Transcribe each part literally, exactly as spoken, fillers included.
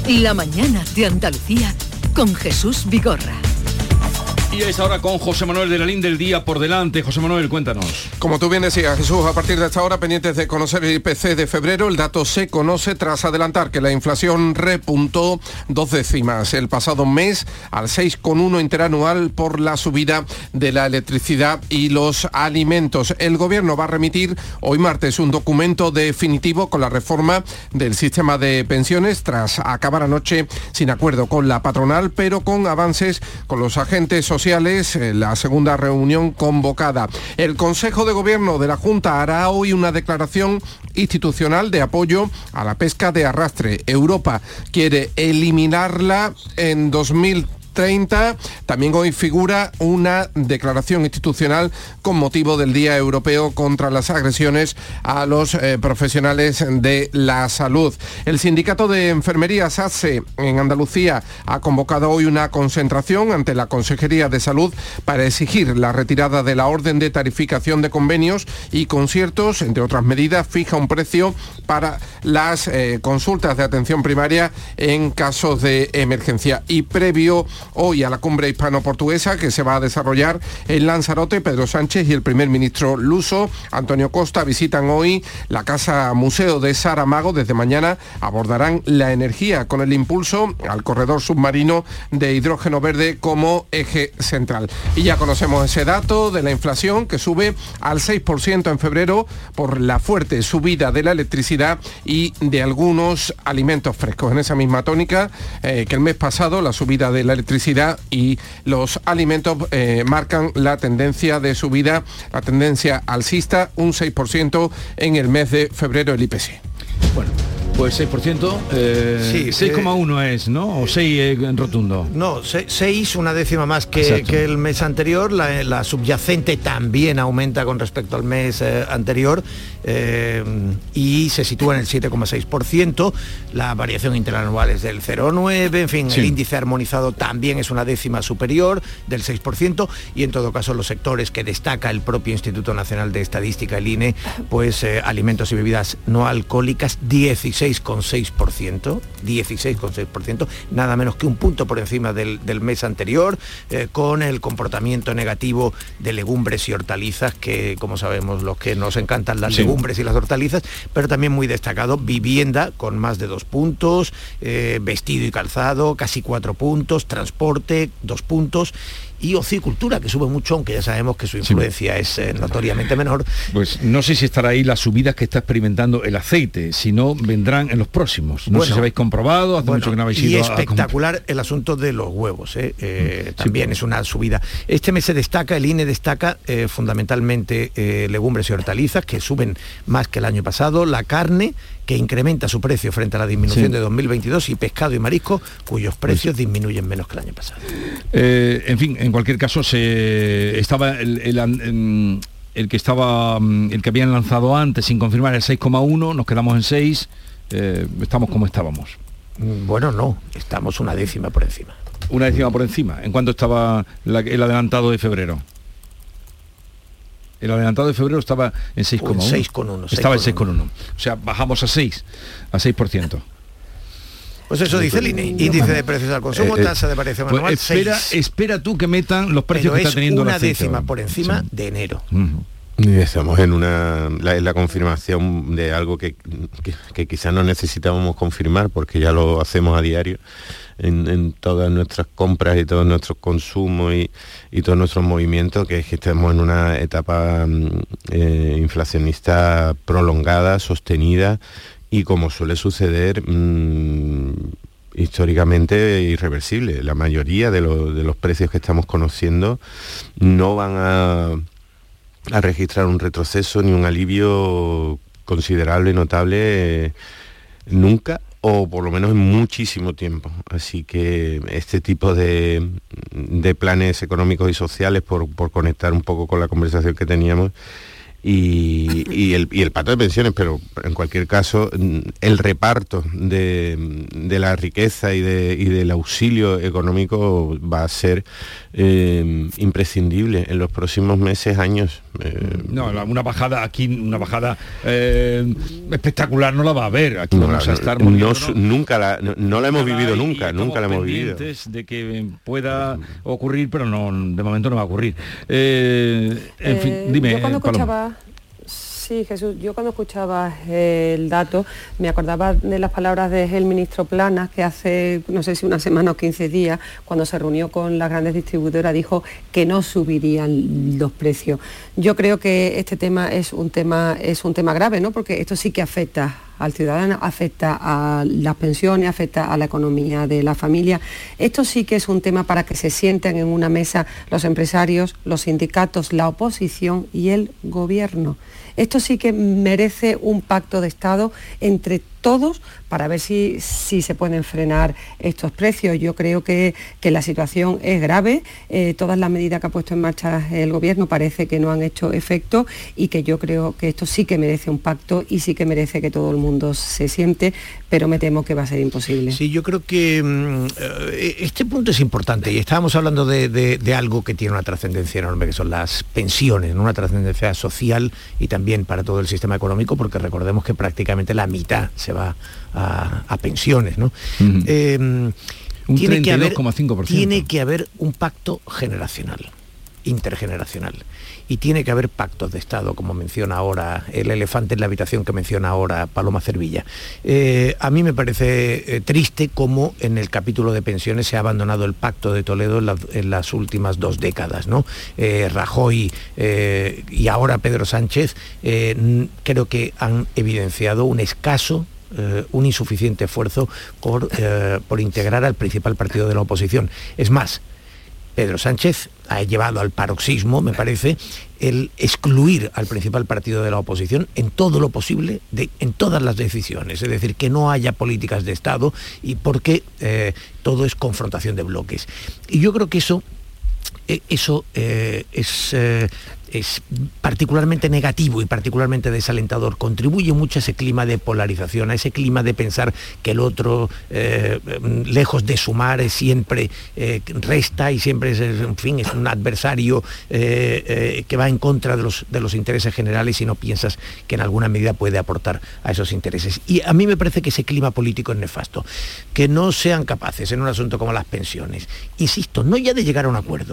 La mañana de Andalucía con Jesús Vigorra. Y es ahora con José Manuel de la Linde, el día por delante. José Manuel, cuéntanos. Como tú bien decías, Jesús, a partir de esta hora, pendientes de conocer el I P C de febrero, el dato se conoce tras adelantar que la inflación repuntó dos décimas el pasado mes al seis coma uno interanual por la subida de la electricidad y los alimentos. El Gobierno va a remitir hoy martes un documento definitivo con la reforma del sistema de pensiones tras acabar anoche sin acuerdo con la patronal, pero con avances con los agentes sociales. Sociales, la segunda reunión convocada. El Consejo de Gobierno de la Junta hará hoy una declaración institucional de apoyo a la pesca de arrastre. Europa quiere eliminarla en dos mil treinta. También hoy figura una declaración institucional con motivo del Día Europeo contra las agresiones a los eh, profesionales de la salud. El Sindicato de Enfermería SATSE en Andalucía ha convocado hoy una concentración ante la Consejería de Salud para exigir la retirada de la orden de tarificación de convenios y conciertos, entre otras medidas. Fija un precio para las eh, consultas de atención primaria en casos de emergencia. Y previo hoy a la cumbre hispano-portuguesa que se va a desarrollar en Lanzarote, Pedro Sánchez y el primer ministro luso, Antonio Costa, visitan hoy la Casa Museo de Saramago. Desde mañana abordarán la energía con el impulso al corredor submarino de hidrógeno verde como eje central. Y ya conocemos ese dato de la inflación que sube al seis por ciento en febrero por la fuerte subida de la electricidad y de algunos alimentos frescos. En esa misma tónica eh, que el mes pasado, la subida de la electricidad y los alimentos eh, marcan la tendencia de subida, la tendencia alcista, un seis por ciento en el mes de febrero el I P C. Bueno, pues seis por ciento, eh, sí, seis coma uno eh, es, ¿no? ¿O seis eh, en rotundo? No, seis, una décima más que, que el mes anterior. La, la subyacente también aumenta con respecto al mes eh, anterior eh, y se sitúa en el siete coma seis por ciento. La variación interanual es del cero coma nueve, en fin, sí. El índice armonizado también es una décima superior del seis por ciento y en todo caso los sectores que destaca el propio Instituto Nacional de Estadística, el I N E, pues eh, alimentos y bebidas no alcohólicas, dieciséis coma seis por ciento, dieciséis coma seis por ciento, nada menos que un punto por encima del, del mes anterior, eh, con el comportamiento negativo de legumbres y hortalizas, que como sabemos los que nos encantan las sí. legumbres y las hortalizas, pero también muy destacado vivienda con más de dos puntos, eh, vestido y calzado casi cuatro puntos, transporte dos puntos, y ocicultura, que sube mucho, aunque ya sabemos que su influencia sí. es eh, notoriamente menor. Pues no sé si estará ahí las subidas que está experimentando el aceite, si no vendrán en los próximos. No bueno, sé si habéis comprobado, hace bueno, mucho que no habéis ido. Y espectacular a... el asunto de los huevos, ¿eh? Eh, sí, también pues. es una subida. Este mes se destaca, el I N E destaca eh, fundamentalmente eh, legumbres y hortalizas, que suben más que el año pasado, la carne, que incrementa su precio frente a la disminución sí. de dos mil veintidós, y pescado y marisco, cuyos precios pues. disminuyen menos que el año pasado. Eh, en fin, en cualquier caso, se estaba el, el, el, el que estaba el que habían lanzado antes sin confirmar el seis coma uno, nos quedamos en seis, eh, estamos como estábamos. Bueno, no, estamos una décima por encima. Una décima por encima. ¿En cuánto estaba la, el adelantado de febrero? El adelantado de febrero estaba en seis coma uno. seis coma uno. Estaba en seis coma uno. O sea, bajamos a seis, a seis por ciento. Pues eso dice el I N E, índice de precios al consumo, eh, eh, tasa de variación pues anual, espera, seis. Espera tú que metan los precios pero que está teniendo una el aceite. Décima por encima sí. de enero. Uh-huh. Y estamos en una la, en la confirmación de algo que, que, que quizás no necesitábamos confirmar, porque ya lo hacemos a diario en, en todas nuestras compras y todos nuestros consumos y, y todos nuestros movimientos, que es que estamos en una etapa eh, inflacionista prolongada, sostenida, y como suele suceder mmm, históricamente irreversible. La mayoría de, lo, de los precios que estamos conociendo no van a, a registrar un retroceso ni un alivio considerable, notable, eh, nunca, o por lo menos en muchísimo tiempo. Así que este tipo de, de planes económicos y sociales, por, por conectar un poco con la conversación que teníamos, Y, y, el, y el pacto de pensiones, pero en cualquier caso el reparto de, de la riqueza y, de, y del auxilio económico va a ser eh, imprescindible en los próximos meses, años. Eh, no, la, una bajada aquí, una bajada eh, espectacular no la va a haber. Aquí no, vamos la, a estar no, moviendo, no, nunca la, no, no la hemos vivido nunca, nunca la hemos vivido. De que pueda ocurrir, pero no, de momento no va a ocurrir. Eh, en eh, fin, dime. Yo cuando Paloma. escuchaba, sí, Jesús, yo cuando escuchaba el dato me acordaba de las palabras del ministro Planas, que hace, no sé si una semana o quince días, cuando se reunió con las grandes distribuidoras, dijo que no subirían los precios. Yo creo que este tema es un tema, es un tema grave, ¿no? Porque esto sí que afecta al ciudadano, afecta a las pensiones, afecta a la economía de la familia. Esto sí que es un tema para que se sienten en una mesa los empresarios, los sindicatos, la oposición y el gobierno. Esto sí que merece un pacto de Estado entre todos para ver si, si se pueden frenar estos precios. Yo creo que, que la situación es grave, eh, todas las medidas que ha puesto en marcha el gobierno parece que no han hecho efecto y que yo creo que esto sí que merece un pacto y sí que merece que todo el mundo se siente, pero me temo que va a ser imposible. Sí, yo creo que um, este punto es importante y estábamos hablando de, de, de algo que tiene una trascendencia enorme, que son las pensiones, ¿no? Una trascendencia social y también para todo el sistema económico, porque recordemos que prácticamente la mitad se va a, a pensiones, ¿no? Uh-huh. eh, un tiene treinta y dos coma cinco por ciento. Tiene que haber un pacto generacional, intergeneracional, y tiene que haber pactos de Estado, como menciona ahora el elefante en la habitación que menciona ahora Paloma Cervilla. Eh, a mí me parece eh, triste cómo en el capítulo de pensiones se ha abandonado el Pacto de Toledo en, la, en las últimas dos décadas, ¿no? Eh, Rajoy eh, y ahora Pedro Sánchez eh, creo que han evidenciado un escaso Eh, un insuficiente esfuerzo por, eh, por integrar al principal partido de la oposición. Es más, Pedro Sánchez ha llevado al paroxismo, me parece, el excluir al principal partido de la oposición en todo lo posible, de, en todas las decisiones, es decir, que no haya políticas de Estado y porque eh, todo es confrontación de bloques. Y yo creo que eso, eh, eso eh, es... Eh, es particularmente negativo y particularmente desalentador, contribuye mucho a ese clima de polarización, a ese clima de pensar que el otro, eh, lejos de sumar, siempre eh, resta y siempre es, en fin, es un adversario eh, eh, que va en contra de los, de los intereses generales y no piensas que en alguna medida puede aportar a esos intereses. Y a mí me parece que ese clima político es nefasto, que no sean capaces en un asunto como las pensiones, insisto, no ya de llegar a un acuerdo,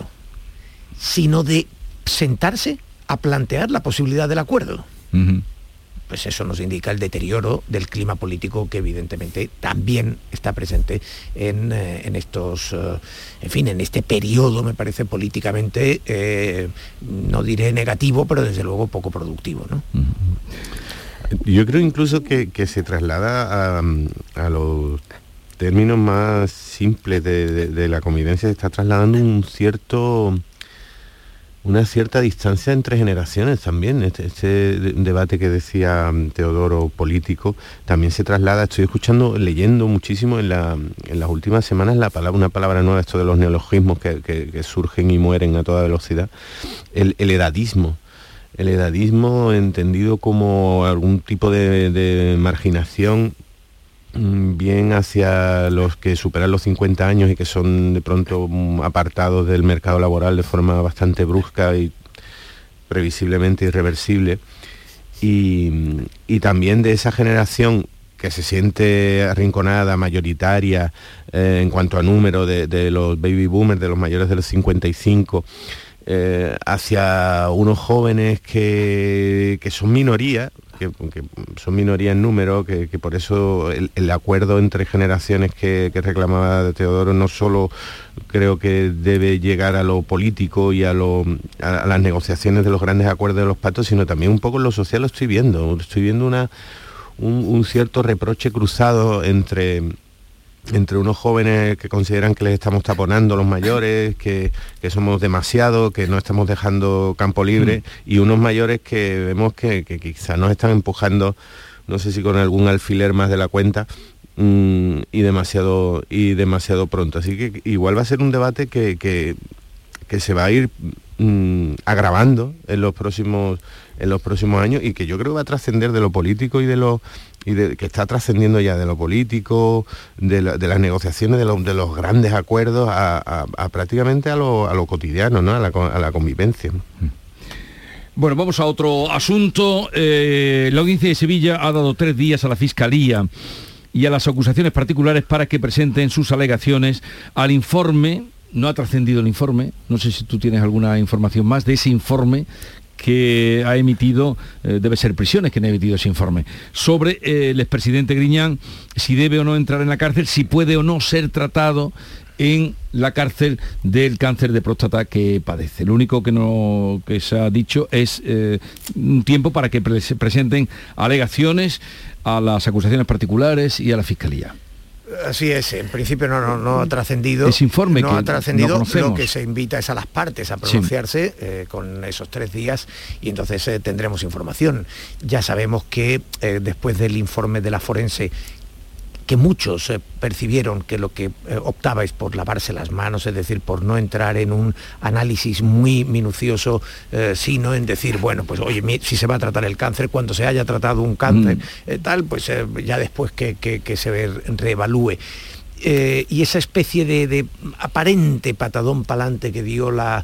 sino de sentarse a plantear la posibilidad del acuerdo. Uh-huh. Pues eso nos indica el deterioro del clima político que evidentemente también está presente en, eh, en estos, eh, en fin, en este periodo, me parece políticamente, eh, no diré negativo, pero desde luego poco productivo, ¿no? Uh-huh. Yo creo incluso que, que se traslada a, a los términos más simples de, de, de la convivencia, se está trasladando un cierto... una cierta distancia entre generaciones también. Este, este debate que decía Teodoro político también se traslada. Estoy escuchando, leyendo muchísimo en, la, en las últimas semanas la palabra, una palabra nueva, esto de los neologismos que, que, que surgen y mueren a toda velocidad, el, el edadismo. El edadismo entendido como algún tipo de, de marginación, bien hacia los que superan los cincuenta años y que son de pronto apartados del mercado laboral de forma bastante brusca y previsiblemente irreversible, y, y también de esa generación que se siente arrinconada, mayoritaria eh, en cuanto a número de, de los baby boomers, de los mayores de los cincuenta y cinco, eh, hacia unos jóvenes que, que son minoría, Que, que son minoría en número, que, que por eso el, el acuerdo entre generaciones que, que reclamaba Teodoro no solo creo que debe llegar a lo político y a, lo, a, a las negociaciones de los grandes acuerdos de los pactos, sino también un poco en lo social lo estoy viendo. Estoy viendo una, un, un cierto reproche cruzado entre... entre unos jóvenes que consideran que les estamos taponando los mayores, que, que somos demasiado, que no estamos dejando campo libre, mm. y unos mayores que vemos que, que quizá nos están empujando, no sé si con algún alfiler más de la cuenta, mmm, y demasiado y demasiado pronto. Así que igual va a ser un debate que, que, que se va a ir mmm, agravando en los próximos en los próximos años, y que yo creo que va a trascender de lo político y de lo y de, que está trascendiendo ya de lo político, de, la, de las negociaciones, de, lo, de los grandes acuerdos, a, a, a prácticamente a lo, a lo cotidiano, ¿no? a, la, a la convivencia. Bueno, vamos a otro asunto. Eh, la Audiencia de Sevilla ha dado tres días a la Fiscalía y a las acusaciones particulares para que presenten sus alegaciones al informe. No ha trascendido el informe, no sé si tú tienes alguna información más de ese informe que ha emitido, eh, debe ser Prisiones quien ha emitido ese informe, sobre eh, el expresidente Griñán, si debe o no entrar en la cárcel, si puede o no ser tratado en la cárcel del cáncer de próstata que padece. Lo único que, no, que se ha dicho es eh, un tiempo para que pre- presenten alegaciones a las acusaciones particulares y a la Fiscalía. Así es, en principio no, no, no ha trascendido. Ese informe no que ha trascendido, no lo que se invita es a las partes a pronunciarse, sí. eh, con esos tres días, y entonces eh, tendremos información. Ya sabemos que eh, después del informe de la forense, que muchos eh, percibieron que lo que eh, optaba es por lavarse las manos, es decir, por no entrar en un análisis muy minucioso, eh, sino en decir, bueno, pues oye, mi, si se va a tratar el cáncer, cuando se haya tratado un cáncer, mm. eh, tal, pues eh, ya después que, que, que se reevalúe. Eh, y esa especie de, de aparente patadón pa'lante que dio la,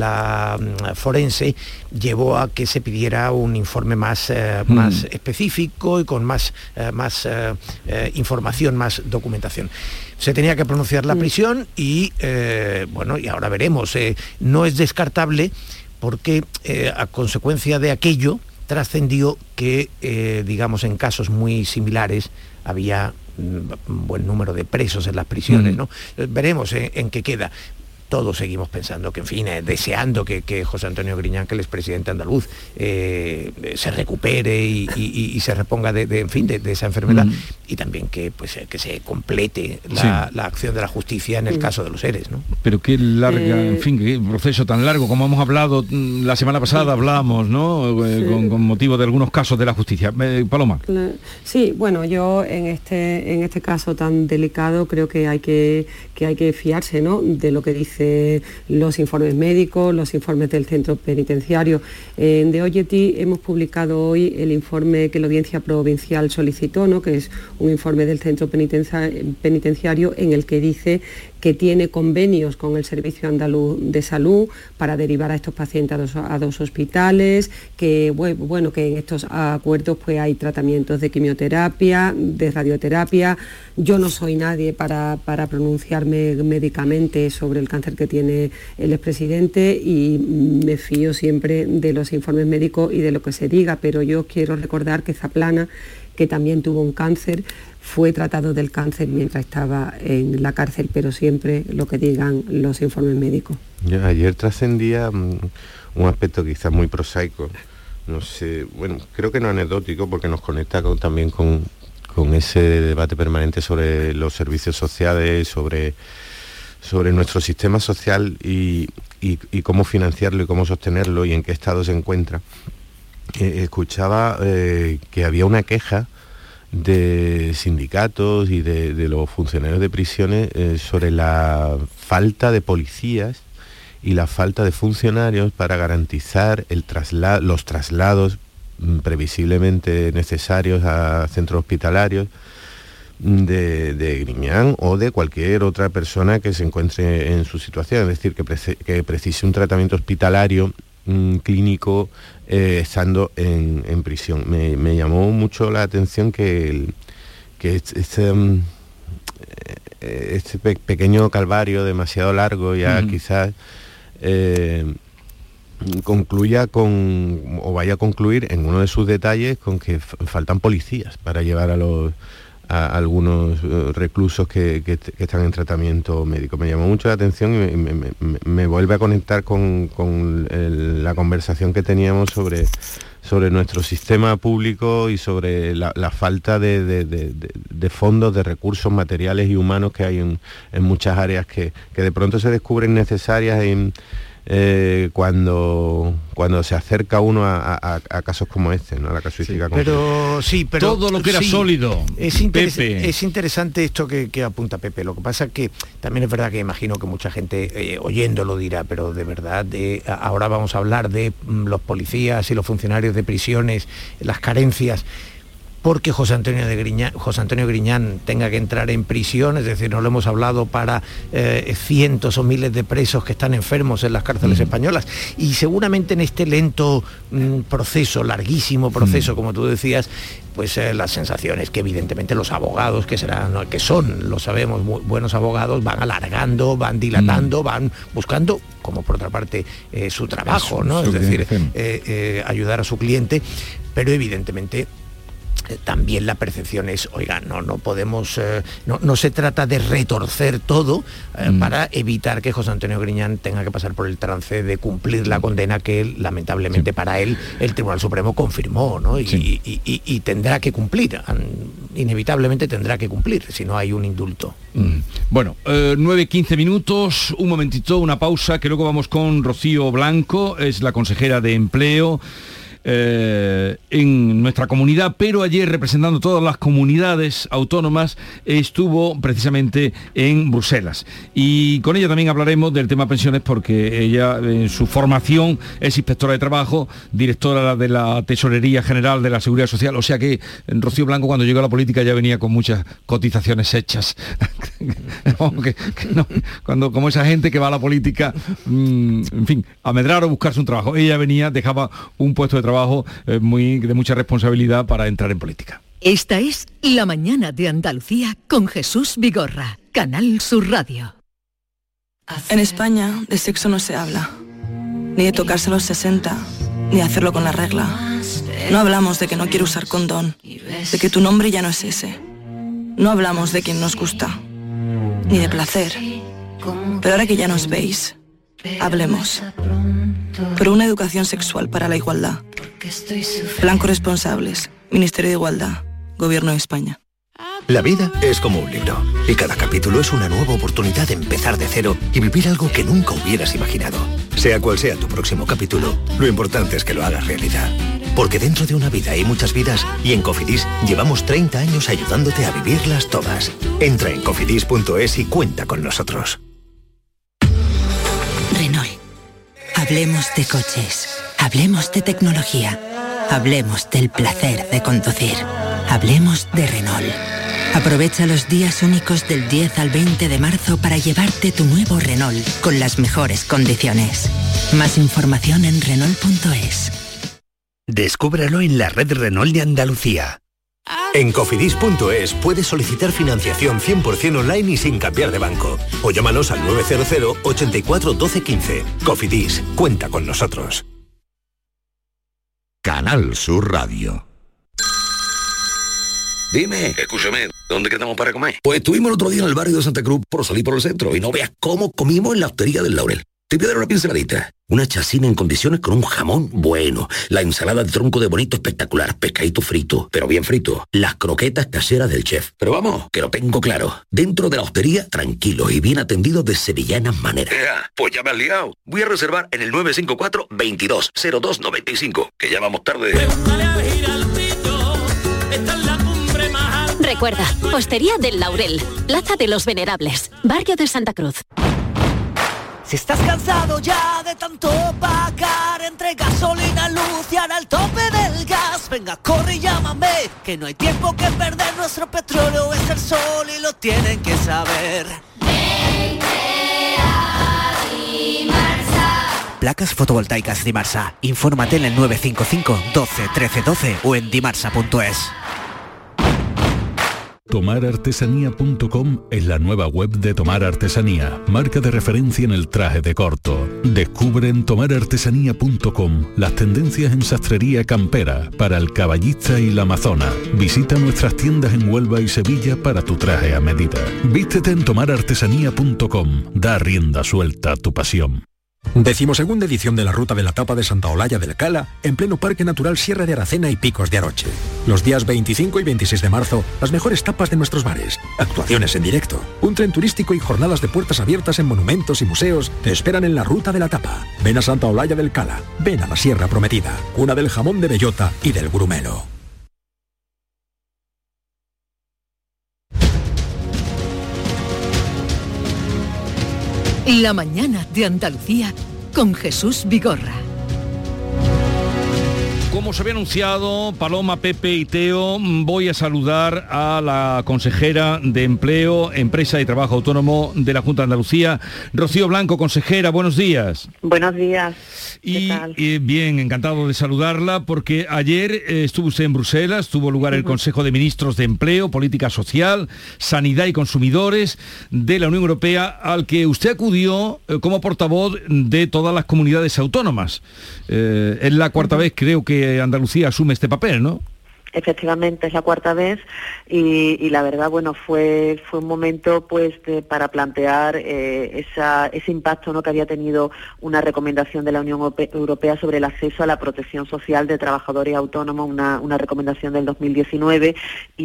la um, forense llevó a que se pidiera un informe más, eh, mm. más específico y con más, eh, más eh, eh, información, más documentación. Se tenía que pronunciar la prisión y, eh, bueno, y ahora veremos. Eh, no es descartable porque eh, a consecuencia de aquello trascendió que, eh, digamos, en casos muy similares había un buen número de presos en las prisiones, ¿no? Veremos en, en qué queda. Todos seguimos pensando que, en fin, eh, deseando que, que José Antonio Griñán, que el expresidente andaluz, eh, se recupere y, y, y se reponga de, de, en fin, de, de esa enfermedad, mm. y también que, pues, que se complete la, sí. la acción de la justicia en el mm. caso de los ERES, ¿no? Pero qué larga, eh... en fin, qué proceso tan largo, como hemos hablado la semana pasada, hablábamos, ¿no? Sí. Con, con motivo de algunos casos de la justicia. Eh, Paloma. Sí, bueno, yo en este, en este caso tan delicado creo que hay que, que hay que fiarse, ¿no?, de lo que dice los informes médicos, los informes del centro penitenciario. En The Objective hemos publicado hoy el informe que la Audiencia Provincial solicitó, ¿no?, que es un informe del centro penitenciario en el que dice que tiene convenios con el Servicio Andaluz de Salud para derivar a estos pacientes a dos, a dos hospitales, que bueno, que en estos acuerdos pues hay tratamientos de quimioterapia, de radioterapia. Yo no soy nadie para, para pronunciarme médicamente sobre el cáncer que tiene el expresidente y me fío siempre de los informes médicos y de lo que se diga, pero yo quiero recordar que Zaplana, que también tuvo un cáncer, fue tratado del cáncer mientras estaba en la cárcel, pero siempre lo que digan los informes médicos. Yo, ayer trascendía um, un aspecto quizás muy prosaico, no sé, bueno, creo que no anecdótico, porque nos conecta con, también con, con ese debate permanente sobre los servicios sociales, sobre, sobre nuestro sistema social y, y, y cómo financiarlo y cómo sostenerlo y en qué estado se encuentra. Eh, escuchaba eh, que había una queja de sindicatos y de, de los funcionarios de prisiones eh, sobre la falta de policías y la falta de funcionarios para garantizar el trasla- los traslados mm, previsiblemente necesarios a centros hospitalarios de, de Griñán o de cualquier otra persona que se encuentre en su situación, es decir, que, prece- que precise un tratamiento hospitalario mm, clínico Eh, estando en, en prisión. Me, me llamó mucho la atención que, el, que este, este, este pe- pequeño calvario demasiado largo ya uh-huh. quizás eh, concluya con, o vaya a concluir en uno de sus detalles con que f- faltan policías para llevar a los a algunos uh, reclusos que, que, que están en tratamiento médico. Me llamó mucho la atención y me, me, me, me vuelve a conectar con, con el, la conversación que teníamos sobre, sobre nuestro sistema público y sobre la, la falta de, de, de, de fondos, de recursos materiales y humanos que hay en, en muchas áreas que, que de pronto se descubren necesarias en Eh, cuando cuando se acerca uno a, a, a casos como este, ¿no? A la casuística. Sí, pero sí, pero todo lo que era sí, sólido. Es, interes- Pepe. es interesante esto que, que apunta Pepe. Lo que pasa es que también es verdad que imagino que mucha gente eh, oyéndolo dirá, pero de verdad eh, ahora vamos a hablar de mm, los policías y los funcionarios de prisiones, las carencias. porque José Antonio, de Griñán, José Antonio Griñán tenga que entrar en prisión, es decir, no lo hemos hablado para eh, cientos o miles de presos que están enfermos en las cárceles mm. españolas, y seguramente en este lento mm, proceso, larguísimo proceso, mm. como tú decías, pues eh, las sensaciones que evidentemente los abogados, que serán, ¿no? que son, lo sabemos, muy buenos abogados, van alargando, van dilatando, mm. van buscando, como por otra parte, eh, su trabajo, ¿no? Es decir, eh, eh, ayudar a su cliente, pero evidentemente también la percepción es, oiga, no, no podemos, eh, no, no se trata de retorcer todo eh, mm. para evitar que José Antonio Griñán tenga que pasar por el trance de cumplir la condena que él, lamentablemente sí. para él, el Tribunal Supremo confirmó, ¿no? Y, sí. y, y, y tendrá que cumplir, inevitablemente tendrá que cumplir, si no hay un indulto. Mm. Bueno, eh, nueve quince minutos, un momentito, una pausa, que luego vamos con Rocío Blanco, es la consejera de Empleo Eh, en nuestra comunidad, pero ayer, representando todas las comunidades autónomas, estuvo precisamente en Bruselas, y con ella también hablaremos del tema pensiones, porque ella en su formación es inspectora de trabajo, directora de la Tesorería General de la Seguridad Social, o sea que Rocío Blanco, cuando llegó a la política, ya venía con muchas cotizaciones hechas. no, que, que no, cuando, como esa gente que va a la política, mmm, en fin, a medrar o buscarse un trabajo, ella venía, dejaba un puesto de trabajo trabajo eh, muy, de mucha responsabilidad para entrar en política. Esta es La Mañana de Andalucía con Jesús Vigorra, Canal Sur Radio. En España de sexo no se habla, ni de tocarse a los sesenta, ni de hacerlo con la regla. No hablamos de que no quiero usar condón, de que tu nombre ya no es ese. No hablamos de quien nos gusta, ni de placer. Pero ahora que ya nos veis, hablemos. Por una educación sexual para la igualdad. Plan Corresponsables, Ministerio de Igualdad, Gobierno de España. La vida es como un libro, y cada capítulo es una nueva oportunidad de empezar de cero y vivir algo que nunca hubieras imaginado. Sea cual sea tu próximo capítulo, lo importante es que lo hagas realidad. Porque dentro de una vida hay muchas vidas, y en Cofidis llevamos treinta años ayudándote a vivirlas todas. Entra en cofidis punto es y cuenta con nosotros. Renault. Hablemos de coches, hablemos de tecnología, hablemos del placer de conducir, hablemos de Renault. Aprovecha los días únicos del diez al veinte de marzo para llevarte tu nuevo Renault con las mejores condiciones. Más información en renault punto es. Descúbralo en la red Renault de Andalucía. En cofidis punto es puedes solicitar financiación cien por ciento online y sin cambiar de banco. O llámanos al nueve cero cero, ochenta y cuatro, doce, quince. Cofidis, cuenta con nosotros. Canal Sur Radio. Dime, escúchame, ¿dónde quedamos para comer? Pues estuvimos el otro día en el barrio de Santa Cruz por salir por el centro y no veas cómo comimos en la hostería del Laurel. Te voy a dar una pinceladita. Una chacina en condiciones con un jamón bueno. La ensalada de tronco de bonito espectacular. Pescadito frito, pero bien frito. Las croquetas caseras del chef. Pero vamos, que lo tengo claro. Dentro de la hostería, tranquilo y bien atendido de sevillanas maneras. Yeah, pues ya me has liado. Voy a reservar en el nueve cinco cuatro, veintidós, cero dos, noventa y cinco. Que ya vamos tarde. Recuerda, Hostería del Laurel, Plaza de los Venerables, Barrio de Santa Cruz. Si estás cansado ya de tanto pagar entre gasolina, luz y ahora el tope del gas, venga, corre y llámame, que no hay tiempo que perder, nuestro petróleo es el sol y lo tienen que saber. Vente a Dimarsa. Placas fotovoltaicas Dimarsa. Infórmate en el nueve cinco cinco, doce, trece, doce o en dimarsa punto es. tomar artesanía punto com es la nueva web de Tomar Artesanía, marca de referencia en el traje de corto. Descubre en tomar artesanía punto com las tendencias en sastrería campera para el caballista y la amazona. Visita nuestras tiendas en Huelva y Sevilla para tu traje a medida. Vístete en tomar artesanía punto com. Da rienda suelta a tu pasión. Decimosegunda edición de la Ruta de la Tapa de Santa Olalla del Cala, en pleno Parque Natural Sierra de Aracena y Picos de Aroche. Los días veinticinco y veintiséis de marzo, las mejores tapas de nuestros bares, actuaciones en directo, un tren turístico y jornadas de puertas abiertas en monumentos y museos te esperan en la Ruta de la Tapa. Ven a Santa Olalla del Cala, ven a la Sierra Prometida, cuna del jamón de bellota y del grumelo. La Mañana de Andalucía con Jesús Vigorra. Como Como se había anunciado, Paloma, Pepe y Teo, voy a saludar a la consejera de Empleo, Empresa y Trabajo Autónomo de la Junta de Andalucía, Rocío Blanco. Consejera, buenos días. Buenos días. Y, y bien, encantado de saludarla porque ayer eh, estuvo usted en Bruselas, tuvo lugar el uh-huh. Consejo de Ministros de Empleo, Política Social, Sanidad y Consumidores de la Unión Europea, al que usted acudió eh, como portavoz de todas las comunidades autónomas. Eh, es la cuarta uh-huh. vez, creo que Andalucía asume este papel, ¿no? Efectivamente, es la cuarta vez y, y la verdad, bueno, fue fue un momento pues de, para plantear eh, esa, ese impacto, ¿no?, que había tenido una recomendación de la Unión Europea sobre el acceso a la protección social de trabajadores autónomos, una, una recomendación del dos mil diecinueve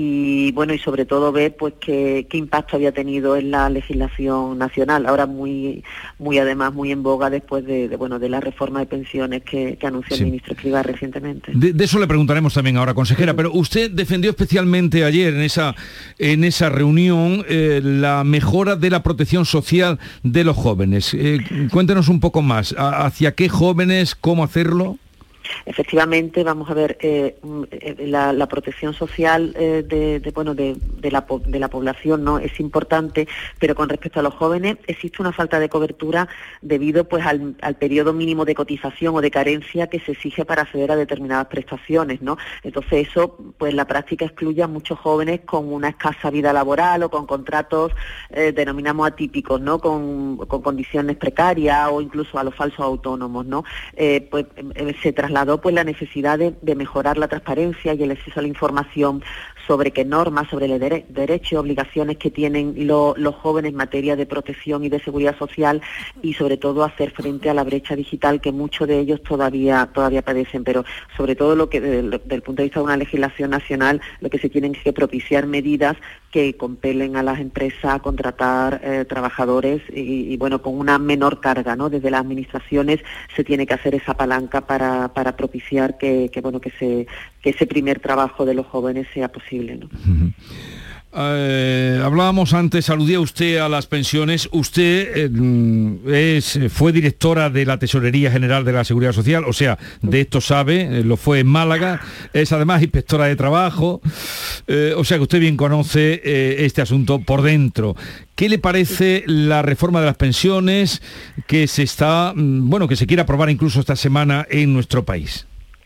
y bueno, y sobre todo ver pues qué, qué impacto había tenido en la legislación nacional, ahora muy muy además muy en boga después de, de bueno de la reforma de pensiones que, que anunció sí. el ministro Escrivá recientemente. De, de eso le preguntaremos también ahora, consejera. Pero usted defendió especialmente ayer en esa en esa reunión eh, la mejora de la protección social de los jóvenes. Eh, cuéntenos un poco más, ¿hacia qué jóvenes, cómo hacerlo? Efectivamente, vamos a ver, eh, la, la protección social eh, de, de, bueno, de, de, la, de la población no es importante, pero con respecto a los jóvenes existe una falta de cobertura debido pues al, al periodo mínimo de cotización o de carencia que se exige para acceder a determinadas prestaciones, ¿no? Entonces eso, pues la práctica excluye a muchos jóvenes con una escasa vida laboral o con contratos eh, denominamos atípicos, ¿no? Con, con condiciones precarias o incluso a los falsos autónomos, ¿no? Eh, pues eh, se traslada pues la necesidad de, de mejorar la transparencia y el acceso a la información sobre qué normas, sobre los dere- derechos y obligaciones que tienen lo, los jóvenes en materia de protección y de seguridad social y sobre todo hacer frente a la brecha digital que muchos de ellos todavía todavía padecen, pero sobre todo lo que desde el punto de vista de una legislación nacional lo que se tienen es que propiciar medidas que compelen a las empresas a contratar eh, trabajadores y, y bueno con una menor carga, ¿no? Desde las administraciones se tiene que hacer esa palanca para, para propiciar que, que bueno que se que ese primer trabajo de los jóvenes sea posible, ¿no? Uh-huh. Eh, hablábamos antes, aludía usted a las pensiones. Usted eh, es, fue directora de la Tesorería General de la Seguridad Social, o sea, de esto sabe, eh, lo fue en Málaga, es además inspectora de trabajo, eh, o sea que usted bien conoce eh, este asunto por dentro. ¿Qué le parece la reforma de las pensiones que se está, bueno, que se quiere aprobar incluso esta semana en nuestro país?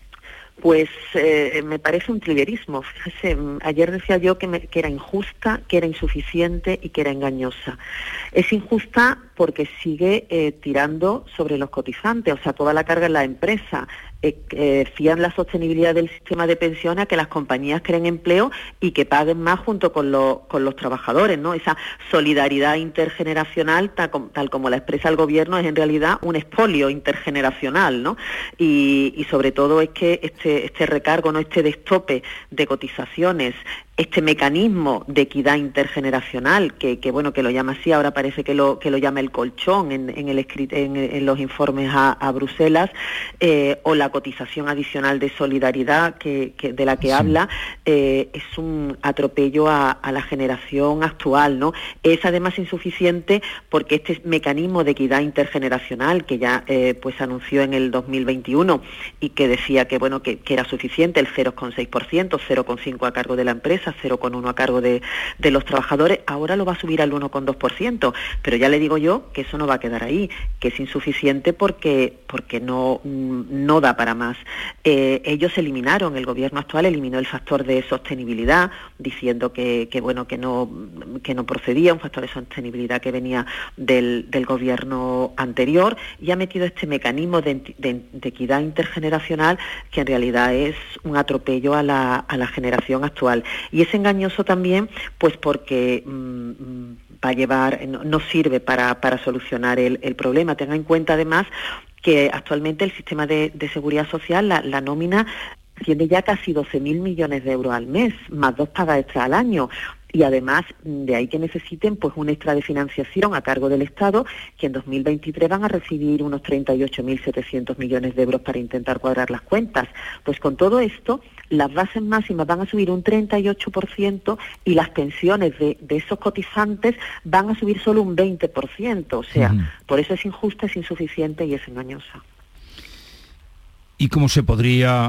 Pues eh, me parece un triguerismo. Fíjese, ayer decía yo que, me, que era injusta, que era insuficiente y que era engañosa. Es injusta porque sigue eh, tirando sobre los cotizantes, o sea, toda la carga en la empresa. Eh, eh, fían la sostenibilidad del sistema de pensiones a que las compañías creen empleo y que paguen más junto con, lo, con los trabajadores, ¿no? Esa solidaridad intergeneracional, tal, tal como la expresa el gobierno, es en realidad un expolio intergeneracional, ¿no? Y, y sobre todo es que este, este recargo, no este destope de cotizaciones, este mecanismo de equidad intergeneracional, que, que bueno, que lo llama así, ahora parece que lo que lo llama el colchón en, en, el, en, en los informes a, a Bruselas, eh, o la cotización adicional de solidaridad que, que de la que sí. habla, eh, es un atropello a, a la generación actual, ¿no? Es además insuficiente porque este mecanismo de equidad intergeneracional que ya eh, pues anunció en el dos mil veintiuno y que decía que bueno que, que era suficiente el cero coma seis por ciento, cero coma cinco por ciento a cargo de la empresa, cero coma uno a cargo de, de los trabajadores, ahora lo va a subir al uno coma dos por ciento, pero ya le digo yo que eso no va a quedar ahí, que es insuficiente porque porque no, no da para más. Eh, ellos eliminaron, el gobierno actual eliminó el factor de sostenibilidad, diciendo que, que bueno que no que no procedía, un factor de sostenibilidad que venía del, del gobierno anterior, y ha metido este mecanismo de, de, de equidad intergeneracional que en realidad es un atropello a la, a la generación actual. Y es engañoso también pues porque mmm, va a llevar, no, no sirve para, para solucionar el, el problema. Tenga en cuenta además que actualmente el sistema de, de seguridad social, la, la nómina, tiene ya casi doce mil millones de euros al mes, más dos pagas extra al año. Y además, de ahí que necesiten pues un extra de financiación a cargo del Estado, que en dos mil veintitrés van a recibir unos treinta y ocho mil setecientos millones de euros para intentar cuadrar las cuentas. Pues con todo esto, las bases máximas van a subir un treinta y ocho por ciento y las pensiones de, de esos cotizantes van a subir solo un veinte por ciento. O sea, uh-huh. por eso es injusta, es insuficiente y es engañosa. ¿Y cómo se podría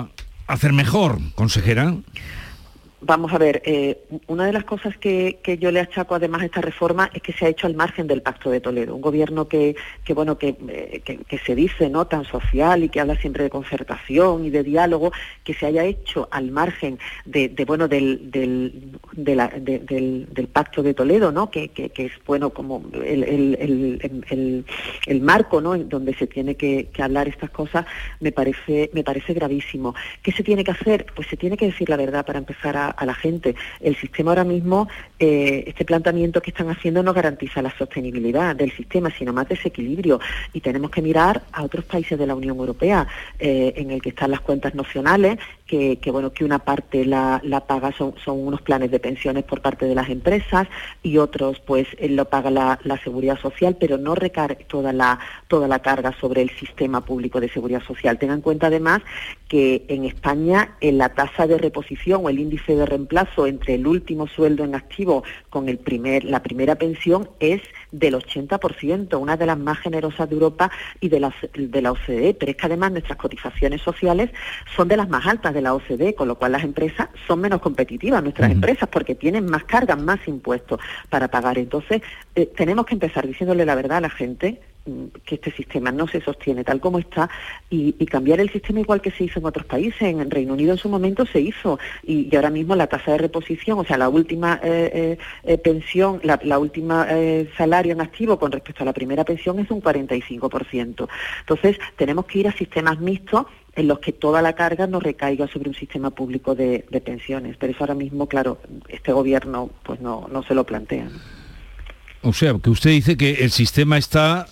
hacer mejor, consejera? Vamos a ver, eh, una de las cosas que, que yo le achaco además a esta reforma es que se ha hecho al margen del Pacto de Toledo. Un gobierno que, que bueno, que, eh, que, que se dice no tan social y que habla siempre de concertación y de diálogo, que se haya hecho al margen de, de bueno del del, de la, de, del del Pacto de Toledo, ¿no? Que, que, que es bueno como el, el, el, el, el marco, ¿no? En donde se tiene que, que hablar estas cosas, me parece me parece gravísimo. ¿Qué se tiene que hacer? Pues se tiene que decir la verdad para empezar a a la gente. El sistema ahora mismo, eh, este planteamiento que están haciendo no garantiza la sostenibilidad del sistema, sino más desequilibrio. Y tenemos que mirar a otros países de la Unión Europea, eh, en el que están las cuentas nacionales, que, que bueno, que una parte la, la paga son, son unos planes de pensiones por parte de las empresas y otros pues eh, lo paga la, la seguridad social, pero no recae toda la, toda la carga sobre el sistema público de seguridad social. Tengan en cuenta además que en España en la tasa de reposición o el índice de reemplazo entre el último sueldo en activo con el primer, la primera pensión es del ochenta por ciento, una de las más generosas de Europa y de la, de la O C D E, pero es que además nuestras cotizaciones sociales son de las más altas de la O C D E, con lo cual las empresas son menos competitivas, nuestras uh-huh. empresas, porque tienen más cargas, más impuestos para pagar. Entonces, eh, tenemos que empezar diciéndole la verdad a la gente, que este sistema no se sostiene tal como está y, y cambiar el sistema igual que se hizo en otros países. En Reino Unido en su momento se hizo y, y ahora mismo la tasa de reposición, o sea, la última eh, eh, pensión, la, la última eh, salario en activo con respecto a la primera pensión es un cuarenta y cinco por ciento. Entonces, tenemos que ir a sistemas mixtos en los que toda la carga no recaiga sobre un sistema público de, de pensiones. Pero eso ahora mismo, claro, este gobierno pues no, no se lo plantea. O sea, que usted dice que el sistema está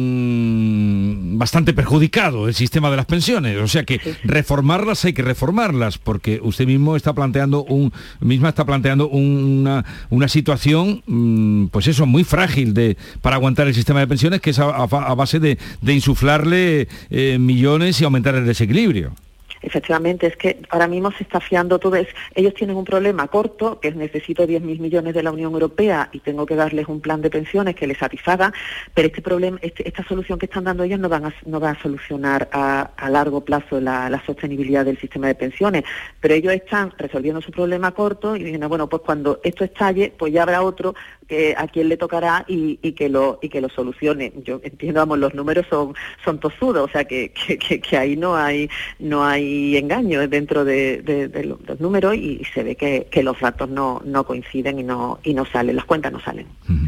mmm, bastante perjudicado, el sistema de las pensiones, o sea que sí, sí. reformarlas hay que reformarlas, porque usted mismo está planteando un misma está planteando una, una situación mmm, pues eso, muy frágil de para aguantar el sistema de pensiones, que es a, a, a base de, de insuflarle eh, millones y aumentar el desequilibrio. Efectivamente, es que ahora mismo se está fiando todo. Es, ellos tienen un problema corto, que es necesito diez mil millones de la Unión Europea y tengo que darles un plan de pensiones que les satisfaga, pero este problema, este, esta solución que están dando ellos no van a, no va a solucionar a, a largo plazo la, la sostenibilidad del sistema de pensiones, pero ellos están resolviendo su problema corto y dicen, bueno, pues cuando esto estalle, pues ya habrá otro que a quien le tocará y, y que lo y que lo solucione. Yo entiendo, vamos, los números son son tozudos, o sea que, que, que, que ahí no hay no hay engaño dentro de, de, de los números y se ve que, que los datos no, no coinciden y no y no salen, las cuentas no salen. Uh-huh.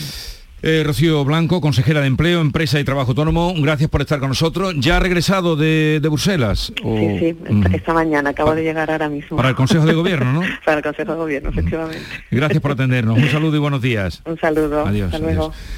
Eh, Rocío Blanco, consejera de Empleo, Empresa y Trabajo Autónomo, gracias por estar con nosotros. ¿Ya ha regresado de, de Bruselas? ¿O? Sí, sí, esta, uh-huh. esta mañana, acabo de llegar ahora mismo. Para el Consejo de Gobierno, ¿no? Para el Consejo de Gobierno, efectivamente. Gracias por atendernos, un saludo y buenos días. Un saludo, adiós, hasta luego. Adiós.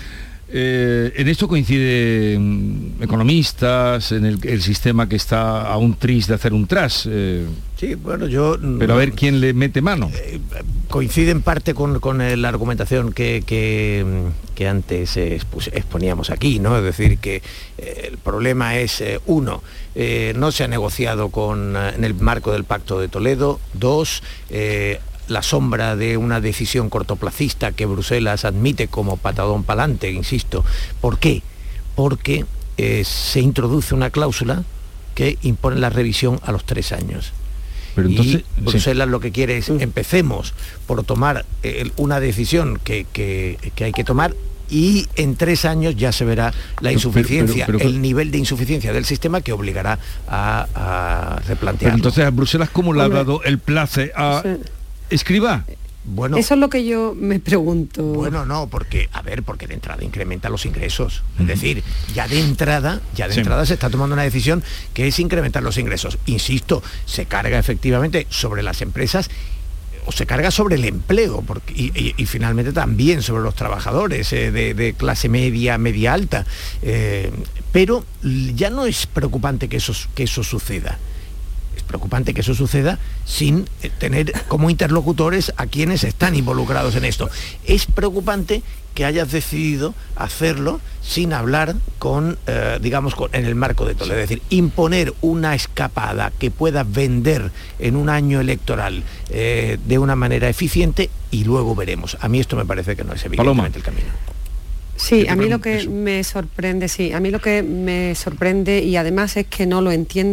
Eh, en esto coinciden economistas, en el, el sistema que está a un tris de hacer un tras. Eh, sí, bueno, yo... Pero a ver quién le mete mano. Eh, coincide en parte con, con la argumentación que, que, que antes expus, exponíamos aquí, ¿no? Es decir, que eh, el problema es, eh, uno, eh, no se ha negociado con, en el marco del Pacto de Toledo, dos, eh, la sombra de una decisión cortoplacista que Bruselas admite como patadón pa'lante, insisto. ¿Por qué? Porque eh, se introduce una cláusula que impone la revisión a los tres años. Pero entonces, y Bruselas sí. lo que quiere es empecemos por tomar eh, una decisión que, que, que hay que tomar y en tres años ya se verá la insuficiencia, pero, pero, pero, el nivel de insuficiencia del sistema que obligará a, a replantearlo. Pero entonces a Bruselas, ¿cómo le ha dado el place a... Sí. Escriba. Bueno, eso es lo que yo me pregunto. Bueno, no, porque, a ver, porque de entrada incrementa los ingresos. Uh-huh. Es decir, ya de entrada, ya de sí. entrada se está tomando una decisión que es incrementar los ingresos. Insisto, se carga efectivamente sobre las empresas o se carga sobre el empleo porque, y, y, y finalmente también sobre los trabajadores eh, de, de clase media, media alta. Eh, pero ya no es preocupante que eso, que eso suceda. Preocupante que eso suceda sin tener como interlocutores a quienes están involucrados en esto. Es preocupante que hayas decidido hacerlo sin hablar con, eh, digamos, con, en el marco de Toledo. Es decir, imponer una escapada que pueda vender en un año electoral eh, de una manera eficiente y luego veremos. A mí esto me parece que no es evidentemente el camino. Sí, a mí lo que me sorprende, sí, a mí lo que me sorprende y además es que no lo entiendo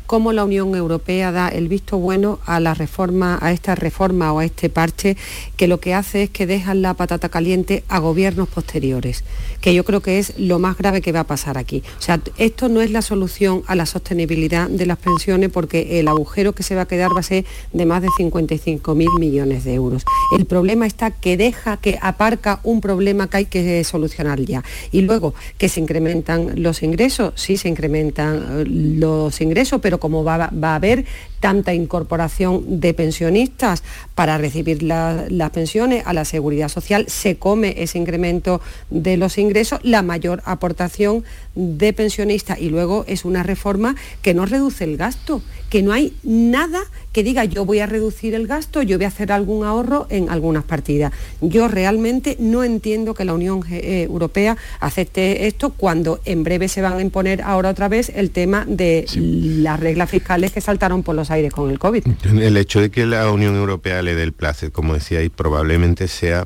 cómo la Unión Europea da el visto bueno a la reforma, a esta reforma o a este parche, que lo que hace es que dejan la patata caliente a gobiernos posteriores, que yo creo que es lo más grave que va a pasar aquí. O sea, esto no es la solución a la sostenibilidad de las pensiones, porque el agujero que se va a quedar va a ser de más de cincuenta y cinco mil millones de euros. El problema está que deja, que aparca un problema que hay que solucionar ya. Y luego, que se incrementan los ingresos, sí se incrementan los ingresos, pero como va, va a haber tanta incorporación de pensionistas para recibir la, las pensiones a la seguridad social, se come ese incremento de los ingresos, la mayor aportación de pensionistas, y luego es una reforma que no reduce el gasto, que no hay nada que diga yo voy a reducir el gasto, yo voy a hacer algún ahorro en algunas partidas. Yo realmente no entiendo que la Unión eh, Europea acepte esto cuando en breve se van a imponer ahora otra vez el tema de sí. las reglas fiscales que saltaron por los aires con el COVID. El hecho de que la Unión Europea le dé el placer, como decíais, probablemente sea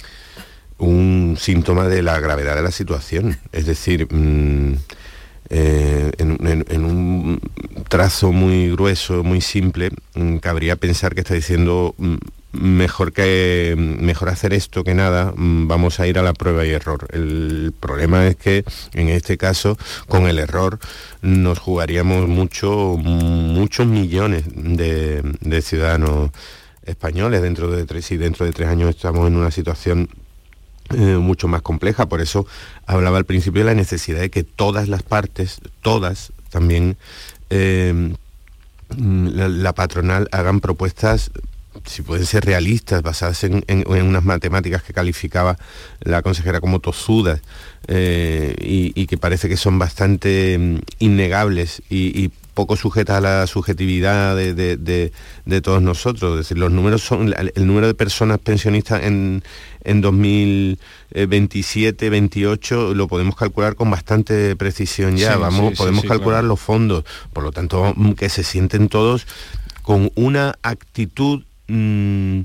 un síntoma de la gravedad de la situación. Es decir, mmm, eh, en, en, en un trazo muy grueso, muy simple, mmm, cabría pensar que está diciendo mmm, mejor que mejor hacer esto que nada, mmm, vamos a ir a la prueba y error. El problema es que en este caso, con el error, nos jugaríamos mucho, muchos millones de, de ciudadanos españoles dentro de tres y dentro de tres años estamos en una situación Eh, mucho más compleja. Por eso hablaba al principio de la necesidad de que todas las partes, todas también, eh, la, la patronal hagan propuestas, si pueden ser realistas, basadas en, en, en unas matemáticas que calificaba la consejera como tozudas, eh, y, y que parece que son bastante um, innegables y, y poco sujetas a la subjetividad de, de, de, de todos nosotros. Es decir, los números son, el número de personas pensionistas en, en dos mil veintisiete, veintiocho lo podemos calcular con bastante precisión ya, sí, vamos, sí, podemos sí, sí, calcular claro. los fondos, por lo tanto que se sienten todos con una actitud mmm,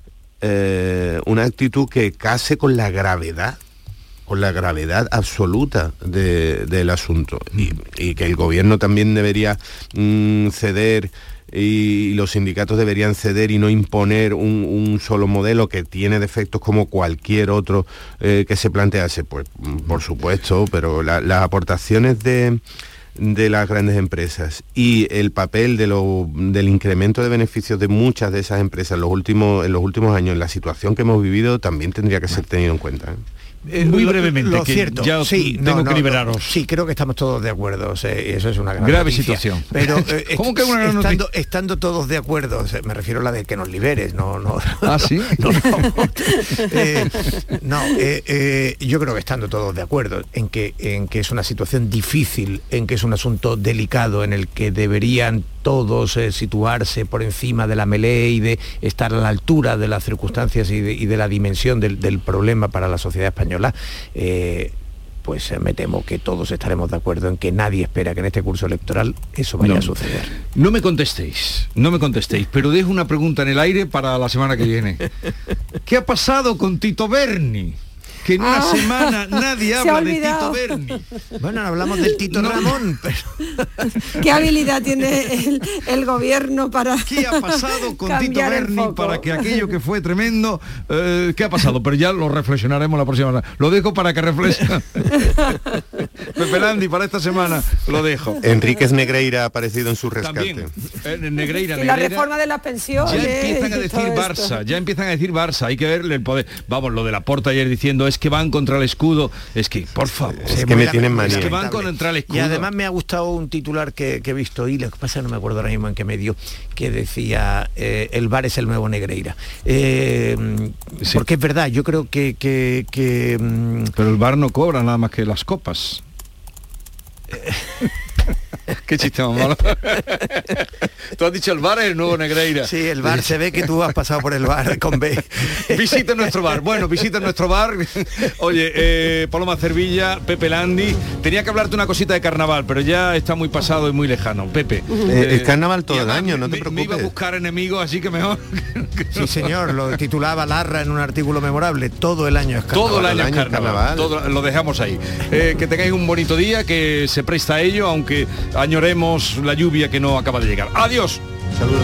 eh, una actitud que case con la gravedad con la gravedad absoluta de, del asunto, y, y que el gobierno también debería mmm, ceder, y los sindicatos deberían ceder y no imponer un, un solo modelo que tiene defectos como cualquier otro eh, que se plantease. Pues por supuesto, pero la, las aportaciones de de las grandes empresas y el papel de lo, del incremento de beneficios de muchas de esas empresas en los últimos, en los últimos años, en la situación que hemos vivido, también tendría que ser tenido en cuenta, ¿eh? Eh, Muy brevemente, lo que cierto, ya sí, tengo no, no, que liberaros. No, sí, creo que estamos todos de acuerdo, o sea, eso es una gran grave noticia. situación. Pero eh, ¿Cómo que una gran estando, noticia? estando todos de acuerdo, o sea, me refiero a la de que nos liberes, no, no. Ah, sí. No, no, eh, no eh, eh, yo creo que estando todos de acuerdo en que en que es una situación difícil, en que es un asunto delicado, en el que deberían todos eh, situarse por encima de la melee y de estar a la altura de las circunstancias y de, y de la dimensión del, del problema para la sociedad española, eh, pues eh, me temo que todos estaremos de acuerdo en que nadie espera que en este curso electoral eso vaya no, a suceder. No me contestéis, no me contestéis, pero dejo una pregunta en el aire para la semana que viene. ¿Qué ha pasado con Tito Berni? Que en una ah, semana nadie habla de Tito Berni. Bueno, hablamos del Tito no. Ramón, pero... ¿Qué habilidad tiene el, el gobierno para ¿Qué ha pasado con Tito Berni para que aquello que fue tremendo, eh, qué ha pasado? Pero ya lo reflexionaremos la próxima semana. Lo dejo para que reflexione. Pepe Landi, para esta semana lo dejo. Enríquez Negreira ha aparecido en su rescate. También, eh, Negreira, y la Negreira, reforma de las pensiones. Ya empiezan a decir Barça, ya empiezan a decir Barça, hay que verle el poder. Vamos, lo de Laporta ayer diciendo es que van contra el escudo, es que, por favor, es que me tienen manía. Es que van contra el escudo. Y además me ha gustado un titular que, que he visto y lo que pasa no me acuerdo ahora mismo en qué medio, que decía eh, el V A R es el nuevo Negreira. Eh, sí. Porque es verdad, yo creo que, que, que pero el V A R no cobra nada más que las copas. Qué chiste más malo. Tú has dicho el bar es el nuevo Negreira. Sí, el bar, se ve que tú has pasado por el bar con B. Visita nuestro bar. Bueno, visita nuestro bar. Oye, eh, Paloma Cervilla, Pepe Landi. Tenía que hablarte una cosita de carnaval, pero ya está muy pasado y muy lejano. Pepe. Eh, es carnaval todo el año, no te me, preocupes. Me iba a buscar enemigos, así que mejor. Sí, señor, lo titulaba Larra en un artículo memorable. Todo el año es carnaval. Todo el año, todo el año es carnaval. carnaval. Todo, lo dejamos ahí. Eh, que tengáis un bonito día, que se presta a ello, aunque añoremos la lluvia que no acaba de llegar. Adiós. Saludos.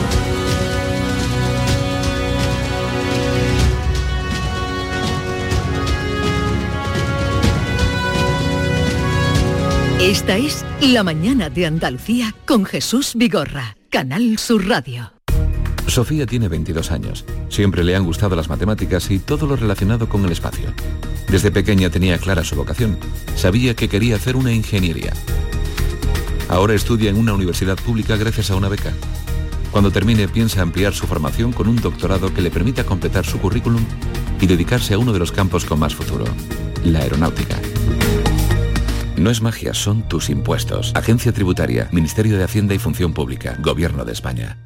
Esta es La Mañana de Andalucía con Jesús Vigorra, Canal Sur Radio. Sofía tiene veintidós años. Siempre le han gustado las matemáticas y todo lo relacionado con el espacio. Desde pequeña tenía clara su vocación. Sabía que quería hacer una ingeniería. Ahora estudia en una universidad pública gracias a una beca. Cuando termine piensa ampliar su formación con un doctorado que le permita completar su currículum y dedicarse a uno de los campos con más futuro, la aeronáutica. No es magia, son tus impuestos. Agencia Tributaria, Ministerio de Hacienda y Función Pública, Gobierno de España.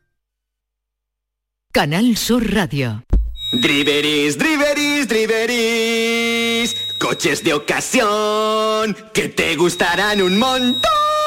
Canal Sur Radio. Driveris, driveris, driveris. Coches de ocasión que te gustarán un montón.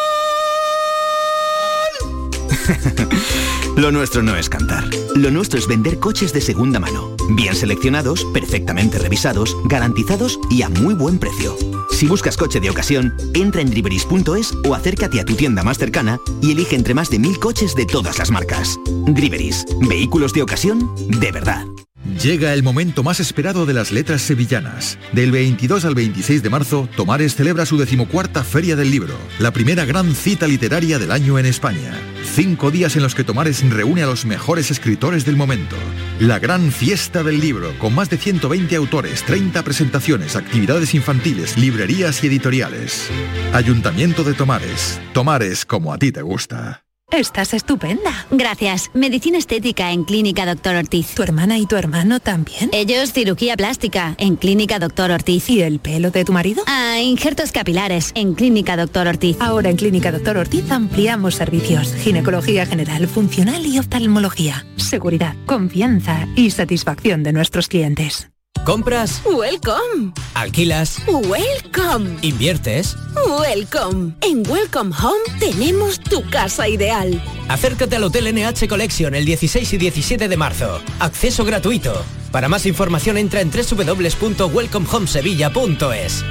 Lo nuestro no es cantar. Lo nuestro es vender coches de segunda mano. Bien seleccionados, perfectamente revisados, garantizados y a muy buen precio. Si buscas coche de ocasión, entra en driveris punto es o acércate a tu tienda más cercana y elige entre más de mil coches de todas las marcas. Driveris, vehículos de ocasión de verdad. Llega el momento más esperado de las letras sevillanas. Del veintidós al veintiséis de marzo, Tomares celebra su decimocuarta Feria del Libro, la primera gran cita literaria del año en España. Cinco días en los que Tomares reúne a los mejores escritores del momento. La gran fiesta del libro, con más de ciento veinte autores, treinta presentaciones, actividades infantiles, librerías y editoriales. Ayuntamiento de Tomares. Tomares como a ti te gusta. Estás estupenda. Gracias. Medicina estética en Clínica Doctor Ortiz. ¿Tu hermana y tu hermano también? Ellos cirugía plástica en Clínica Doctor Ortiz. ¿Y el pelo de tu marido? Ah, injertos capilares en Clínica Doctor Ortiz. Ahora en Clínica Doctor Ortiz ampliamos servicios. Ginecología general, funcional y oftalmología. Seguridad, confianza y satisfacción de nuestros clientes. ¿Compras? Welcome. ¿Alquilas? Welcome. ¿Inviertes? Welcome. En Welcome Home tenemos tu casa ideal. Acércate al Hotel N H Collection el dieciséis y diecisiete de marzo. Acceso gratuito. Para más información entra en doble u doble u doble u punto welcome home sevilla punto es.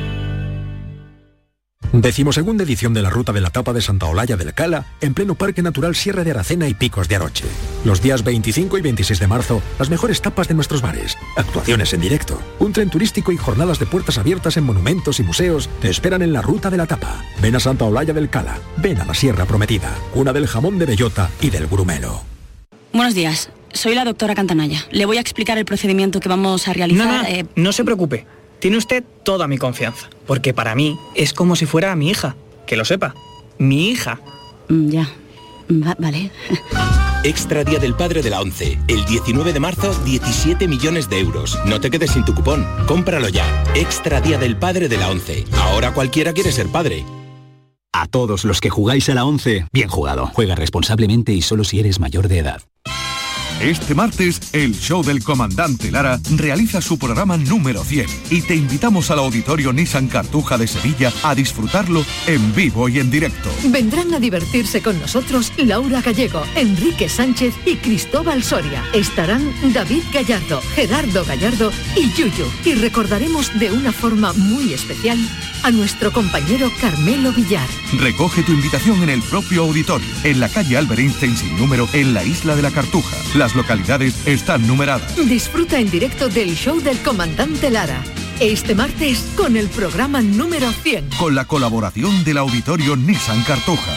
Decimosegunda edición de la Ruta de la Tapa de Santa Olalla del Cala, en pleno Parque Natural Sierra de Aracena y Picos de Aroche. Los días veinticinco y veintiséis de marzo, las mejores tapas de nuestros bares, actuaciones en directo, un tren turístico y jornadas de puertas abiertas en monumentos y museos te esperan en la Ruta de la Tapa. Ven a Santa Olalla del Cala, ven a la Sierra Prometida, cuna del jamón de bellota y del grumelo. Buenos días, soy la doctora Cantanaya. Le voy a explicar el procedimiento que vamos a realizar. No, no, eh... no se preocupe. Tiene usted toda mi confianza, porque para mí es como si fuera mi hija, que lo sepa, mi hija. Ya, Va, vale. Extra Día del Padre de la ONCE. El diecinueve de marzo, diecisiete millones de euros. No te quedes sin tu cupón. Cómpralo ya. Extra Día del Padre de la ONCE. Ahora cualquiera quiere ser padre. A todos los que jugáis a la ONCE, bien jugado. Juega responsablemente y solo si eres mayor de edad. Este martes, el show del comandante Lara realiza su programa número cien y te invitamos al Auditorio Nissan Cartuja de Sevilla a disfrutarlo en vivo y en directo. Vendrán a divertirse con nosotros Laura Gallego, Enrique Sánchez y Cristóbal Soria. Estarán David Gallardo, Gerardo Gallardo y Yuyu. Y recordaremos de una forma muy especial a nuestro compañero Carmelo Villar. Recoge tu invitación en el propio auditorio, en la calle Albert Einstein sin número, en la isla de la Cartuja. Las localidades están numeradas. Disfruta en directo del show del comandante Lara. Este martes con el programa número cien. Con la colaboración del Auditorio Nissan Cartuja.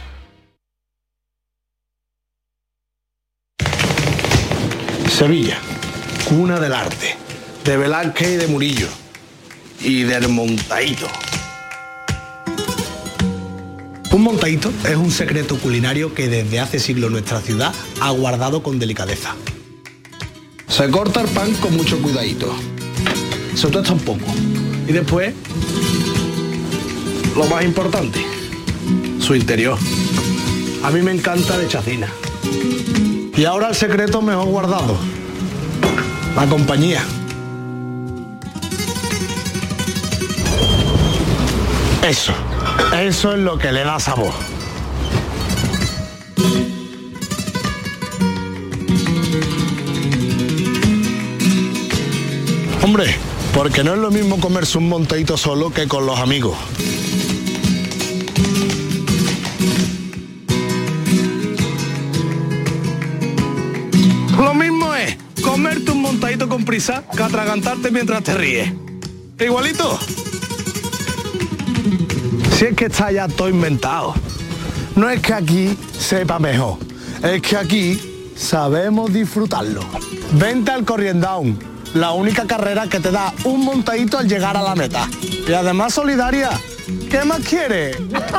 Sevilla, cuna del arte, de Velázquez y de Murillo, y del montadito. Un montadito es un secreto culinario que desde hace siglos nuestra ciudad ha guardado con delicadeza. Se corta el pan con mucho cuidadito, se tuesta un poco y después, lo más importante, su interior. A mí me encanta de chacina. Y ahora el secreto mejor guardado. La compañía. Eso. Eso es lo que le da sabor. Hombre, porque no es lo mismo comerse un montadito solo que con los amigos. Lo mismo es comerte un montadito con prisa que atragantarte mientras te ríes. Igualito. Si es que está ya todo inventado. No es que aquí sepa mejor, es que aquí sabemos disfrutarlo. Vente al Corriendown, la única carrera que te da un montadito al llegar a la meta. Y además solidaria. ¿Qué más quieres?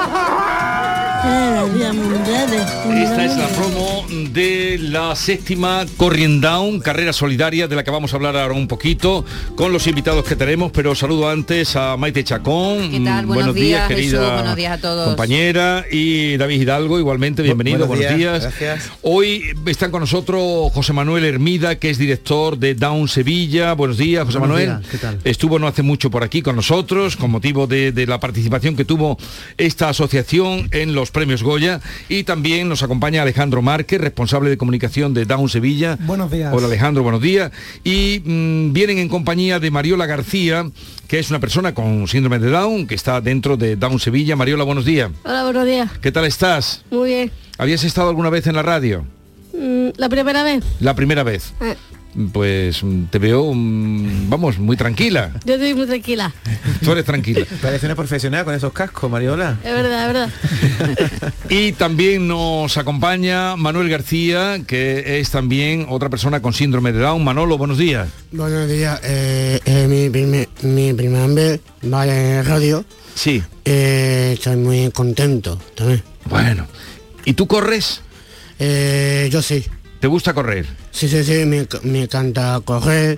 Esta es la promo de la séptima Corriendown, carrera solidaria, de la que vamos a hablar ahora un poquito con los invitados que tenemos, pero saludo antes a Maite Chacón. ¿Qué tal? Buenos, buenos días, días, querida Jesús, buenos días a todos. compañera, y David Hidalgo, igualmente, bienvenido, buenos, buenos días. días. Gracias. Hoy están con nosotros José Manuel Hermida, que es director de Down Sevilla. Buenos días, José Buenos Manuel. días, ¿qué tal? Estuvo no hace mucho por aquí con nosotros, con motivo de, de la participación que tuvo esta asociación en los premios Goya. Y también nos acompaña Alejandro Márquez, responsable de comunicación de Down Sevilla. Buenos días. Hola Alejandro, buenos días. Y mmm, vienen en compañía de Mariola García, que es una persona con síndrome de Down, que está dentro de Down Sevilla. Mariola, buenos días. Hola, buenos días. ¿Qué tal estás? Muy bien. ¿Habías estado alguna vez en la radio? Mm, ¿La primera vez? La primera vez. Eh, Pues mm, te veo, mm, vamos, muy tranquila. yo estoy muy tranquila. Tú eres tranquila. Parece una profesional con esos cascos, Mariola. Es verdad, es verdad. Y también nos acompaña Manuel García, que es también otra persona con síndrome de Down. Manolo, buenos días. Buenos días. Eh, eh, mi, primer, mi primera vez, vale, en radio. Sí. Eh, estoy muy contento también. Bueno. ¿Y tú corres? Eh, yo sí. ¿Te gusta correr? Sí, sí, sí, me, me encanta correr.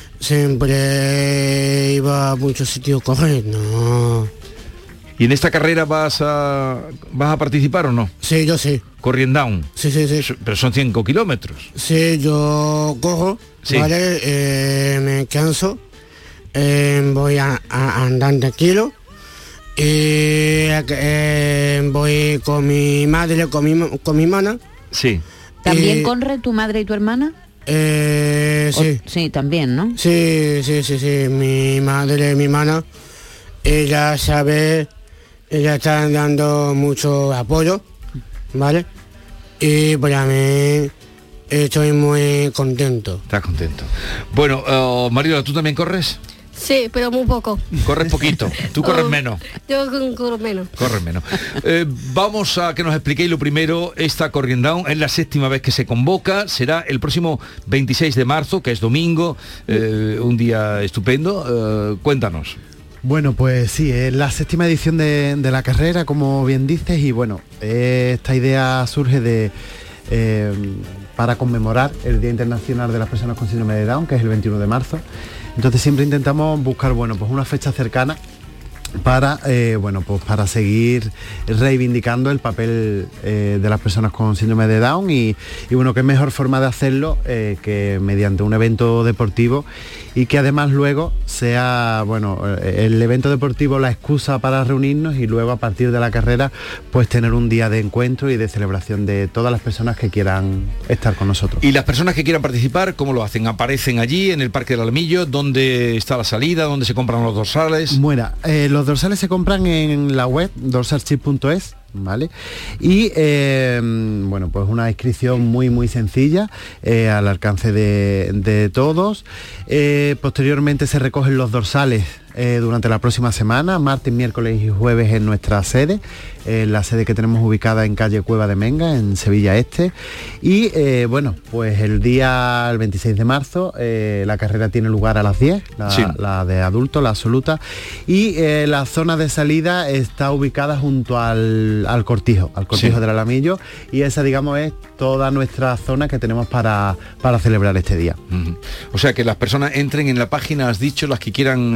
Siempre iba a muchos sitios a correr, no. ¿Y en esta carrera vas a vas a participar o no? Sí, yo sí. Corriendown. Sí, sí, sí. Pero son cinco kilómetros. Sí, yo corro, Sí. ¿vale? Eh, me canso, eh, voy a, a andar tranquilo y eh, voy con mi madre, con mi, con mi hermana. Sí. ¿También Eh, corre tu madre y tu hermana? Eh, sí. O- sí, también, ¿no? Sí, sí, sí, sí. Mi madre, mi hermana, ella sabe, ella está dando mucho apoyo, ¿vale? Y para mí estoy muy contento. Estás contento. Bueno, uh, Mariola, ¿tú también corres? Sí, pero muy poco. Corres poquito. Tú corres Oh, menos. Yo con- corro menos. Corres menos. Eh, vamos a que nos expliquéis lo primero. Esta Corriendown es la séptima vez que se convoca. Será el próximo veintiséis de marzo, que es domingo. Eh, un día estupendo. Eh, cuéntanos. Bueno, pues sí, es la séptima edición de, de la carrera, como bien dices, y bueno, eh, esta idea surge de eh, para conmemorar el Día Internacional de las Personas con Síndrome de Down, que es el veintiuno de marzo. Entonces siempre intentamos buscar, bueno, pues una fecha cercana para, eh, bueno, pues para seguir reivindicando el papel eh, de las personas con síndrome de Down y, y bueno, qué mejor forma de hacerlo eh, que mediante un evento deportivo y que además luego sea, bueno, el evento deportivo la excusa para reunirnos y luego a partir de la carrera pues tener un día de encuentro y de celebración de todas las personas que quieran estar con nosotros. Y las personas que quieran participar, ¿cómo lo hacen? ¿Aparecen allí en el Parque del Alamillo? ¿Dónde está la salida? ¿Dónde se compran los dorsales? Bueno, eh, los dorsales se compran en la web dorsalchip punto es, ¿vale? Y eh, bueno, pues una inscripción muy muy sencilla, eh, al alcance de, de todos. Eh, posteriormente se recogen los dorsales eh, durante la próxima semana, martes, miércoles y jueves en nuestra sede, en la sede que tenemos ubicada en calle Cueva de Menga, en Sevilla Este. Y eh, bueno, pues el día el veintiséis de marzo eh, la carrera tiene lugar a las diez, la, Sí. la de adultos, la absoluta, y eh, la zona de salida está ubicada junto al, al cortijo, al cortijo Sí. del Alamillo, y esa, digamos, es toda nuestra zona que tenemos para, para celebrar este día. Ujú. O sea, que las personas entren en la página, has dicho, las que quieran eh,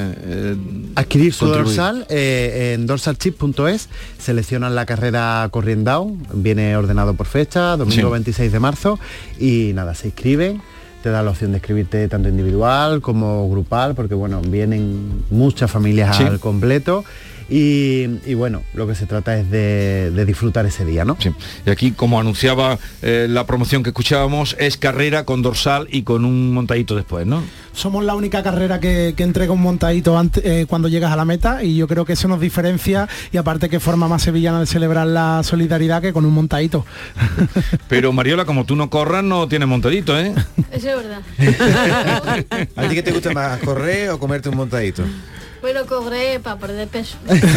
eh, adquirir su contribuir? dorsal eh, en dorsalchip punto es, seleccionan la carrera Corriendao, viene ordenado por fecha, domingo Sí. veintiséis de marzo, y nada, se inscriben, te da la opción de inscribirte tanto individual como grupal, porque bueno, vienen muchas familias Sí. al completo. Y, y bueno, lo que se trata es de, de disfrutar ese día, ¿no? Sí. Y aquí, como anunciaba eh, la promoción que escuchábamos, es carrera con dorsal y con un montadito después, ¿no? Somos la única carrera que, que entrega un montadito antes, eh, cuando llegas a la meta, y yo creo que eso nos diferencia, y aparte que forma más sevillana de celebrar la solidaridad que con un montadito. Pero Mariola, como tú no corras, no tienes montadito, ¿eh? Eso es verdad. ¿A ti qué te gusta más, correr o comerte un montadito? Bueno, correr para perder peso.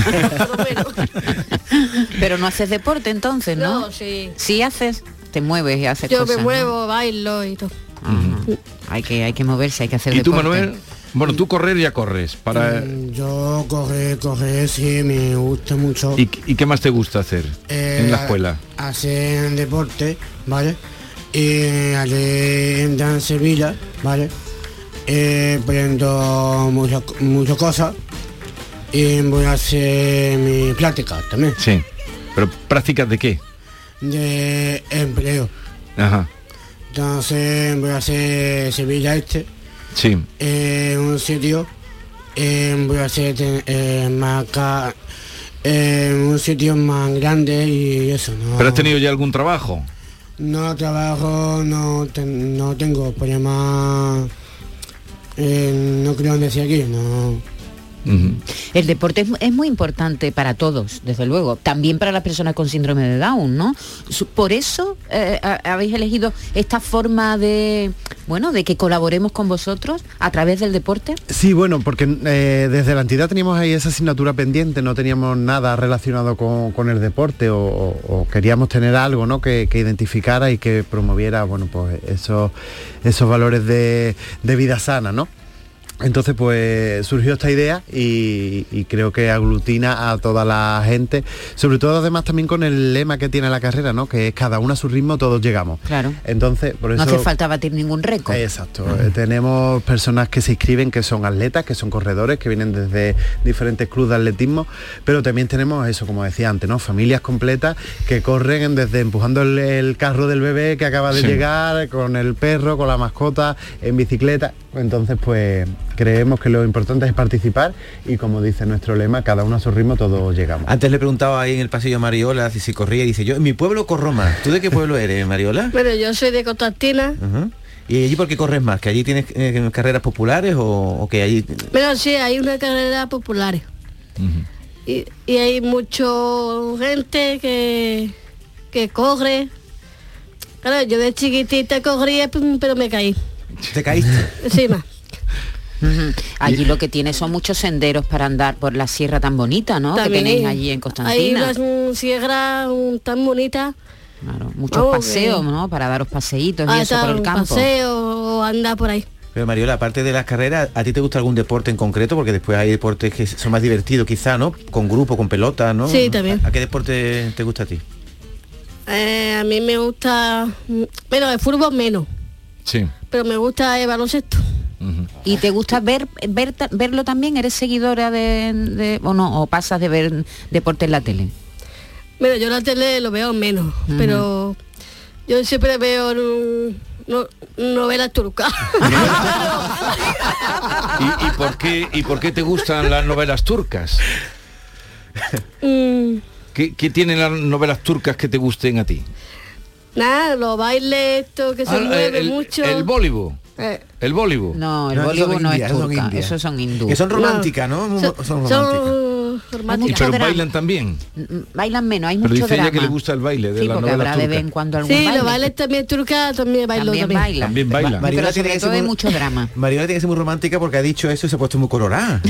Pero no haces deporte entonces, ¿no? No, sí. Sí haces, te mueves y haces Yo cosas. me ¿no? muevo, bailo y todo. Ajá. Hay que hay que moverse, hay que hacer ¿Y tú, deporte. Manuel? Bueno, tú correr ya corres. Para... Mm, Yo correr, correr, sí, me gusta mucho. ¿Y, ¿Y qué más te gusta hacer Eh, en la escuela? Hacer deporte, ¿vale? Y haré en Sevilla, ¿vale? Eh, aprendo muchas muchas cosas y voy a hacer mi práctica también. Sí. ¿Pero prácticas de qué? De empleo. Ajá. Entonces voy a hacer Sevilla Este, Sí. eh, un sitio, eh, voy a hacer eh, más ca- eh, un sitio más grande y eso, ¿no? ¿Pero has tenido ya algún trabajo? No trabajo, no, ten- no tengo problemas, eh, no creo decir aquí, no. El deporte es, es muy importante para todos, desde luego, también para las personas con síndrome de Down, ¿no? Su- Por eso eh, ha- habéis elegido esta forma de, bueno, de que colaboremos con vosotros a través del deporte. Sí, bueno, porque eh, desde la entidad teníamos ahí esa asignatura pendiente, no teníamos nada relacionado con, con el deporte, o, o- o queríamos tener algo, ¿no?, que, que identificara y que promoviera, bueno, pues esos, esos valores de, de vida sana, ¿no? Entonces pues surgió esta idea y, y creo que aglutina a toda la gente, sobre todo además también con el lema que tiene la carrera, ¿no?, que es cada uno a su ritmo, todos llegamos. Claro. Entonces, por eso... No hace falta batir ningún récord. Exacto. Eh, tenemos personas que se inscriben, que son atletas, que son corredores, que vienen desde diferentes clubes de atletismo, pero también tenemos eso, como decía antes, ¿no?, familias completas que corren desde empujando el, el carro del bebé que acaba de Sí. llegar, con el perro, con la mascota, en bicicleta. Entonces, pues creemos que lo importante es participar y, como dice nuestro lema, cada uno a su ritmo, todos llegamos. Antes le preguntaba ahí en el pasillo a Mariola si, si corría y dice, yo en mi pueblo corro más. ¿Tú de qué pueblo eres, Mariola? Bueno, yo soy de Constantina. Ujú. ¿Y allí por qué corres más? ¿Que allí tienes eh, carreras populares o, o que allí...? Pero sí, hay una carrera popular. y, y hay mucha gente que, que corre. Claro, yo de chiquitita corría, pero me caí. ¿Te caíste? Encima. Ujú. Allí lo que tiene son muchos senderos para andar por la sierra tan bonita, ¿no? Que También tenéis hay- allí en Hay Constantina. unas mm, sierras mm, tan bonitas. Claro, muchos Vamos, paseos, que- ¿no? Para daros paseitos y Ah, eso por tal, el campo. paseo o andar por ahí. Pero Mariola, aparte de las carreras, ¿a ti te gusta algún deporte en concreto? Porque después hay deportes que son más divertidos quizá, ¿no? Con grupo, con pelota, ¿no? Sí, también. ¿A qué deporte te gusta a ti? Eh, a mí me gusta, mm, bueno, el fútbol menos, Sí. pero me gusta el baloncesto. ¿Y te gusta ver, ver ta- verlo también? ¿Eres seguidora de, de- o no? ¿O pasas de ver deporte en la tele? Bueno, yo la tele lo veo menos, Ujú. pero yo siempre veo mm, no, novelas turcas. ¿Y, y por qué, ¿Y por qué te gustan las novelas turcas? Mm, ¿Qué, qué tienen las novelas turcas que te gusten a ti? nada, los bailes, esto que se Ah, mueve el, mucho. el Bollywood. Eh, El Bollywood. No, el No, esos Bollywood son no es indias, esos son turca, indias. esos son hindú. Que son románticas, ¿no? Son, son, son son románticas. románticas. Pero drama. bailan también. Mm, Bailan menos, hay Pero mucho dice drama. ella que le gusta el baile de Sí, las porque novelas habrá de turcas. vez en cuando algún Sí, baile. los bailes también turcas, también bailo También también. bailan. También bailan. Ma- Mariola Pero tiene sobre que todo ser hay muy- mucho drama. Mariola tiene que ser muy romántica porque ha dicho eso y se ha puesto muy colorada.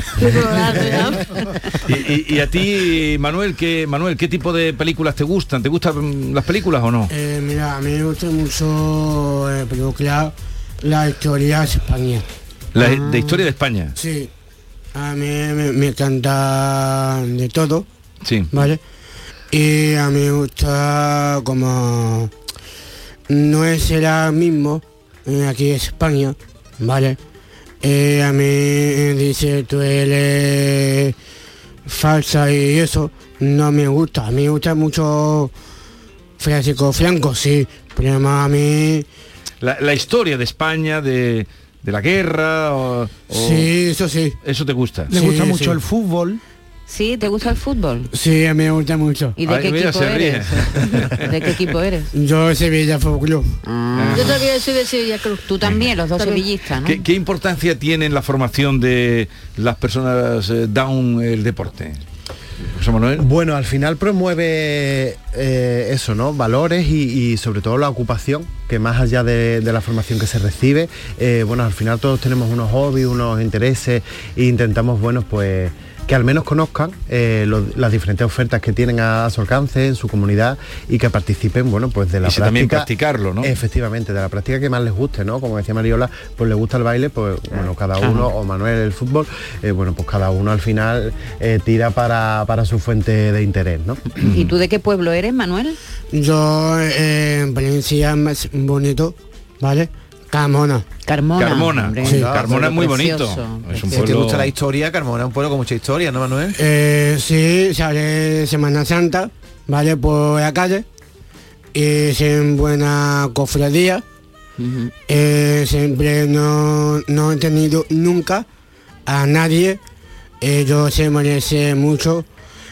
Y, y- y a ti, Manuel, ¿qué, Manuel, ¿qué tipo de películas te gustan? ¿Te gustan las películas o no? Eh, mira, a mí me gusta mucho eh, película, la historia de España. La de historia de España. Sí, a mí me, me encanta de todo, Sí. ¿vale? Y a mí me gusta como no es el mismo eh, aquí en España, ¿vale? Y a mí dice, tú eres falsa y eso no me gusta. A mí me gusta mucho Francisco Franco, sí, pero a mí... La, la historia de España, de, de la guerra... O, o... Sí, eso sí. ¿Eso te gusta? ¿Le sí, gusta mucho sí. el fútbol? Sí, ¿te gusta el fútbol? Sí, a mí me gusta mucho. ¿Y de Ay, qué mira, equipo se ríe. eres? ¿De qué equipo eres? Yo Sevilla Fútbol Club. Ah. Yo también soy de Sevilla Cruz. Tú también, los dos También. sevillistas, ¿no? ¿Qué, qué importancia tiene en la formación de las personas eh, down el deporte? José Manuel. Bueno, al final promueve eh, eso, ¿no? Valores y, y sobre todo la ocupación, que más allá de, de la formación que se recibe, eh, bueno, al final todos tenemos unos hobbies, unos intereses e intentamos, bueno, pues que al menos conozcan eh, lo, las diferentes ofertas que tienen a, a su alcance en su comunidad y que participen, bueno, pues de la Y si práctica. también practicarlo, ¿no? Efectivamente, de la práctica que más les guste, ¿no? Como decía Mariola, pues le gusta el baile, pues bueno, cada uno, o Manuel el fútbol, eh, bueno, pues cada uno al final eh, tira para, para su fuente de interés, ¿no? ¿Y tú de qué pueblo eres, Manuel? Yo eh, en Valencia más bonito, ¿vale? Carmona. Carmona. Carmona. hombre. Sí, Claro, Carmona es muy precioso, bonito. Es un Si te pueblo... gusta la historia, Carmona es un pueblo con mucha historia, ¿no, Manuel? Eh, sí, sale Semana Santa, ¿vale? Por la calle. Y sin buena cofradía. Ujú. Eh, siempre no, no he tenido nunca a nadie. Ellos se merecen mucho.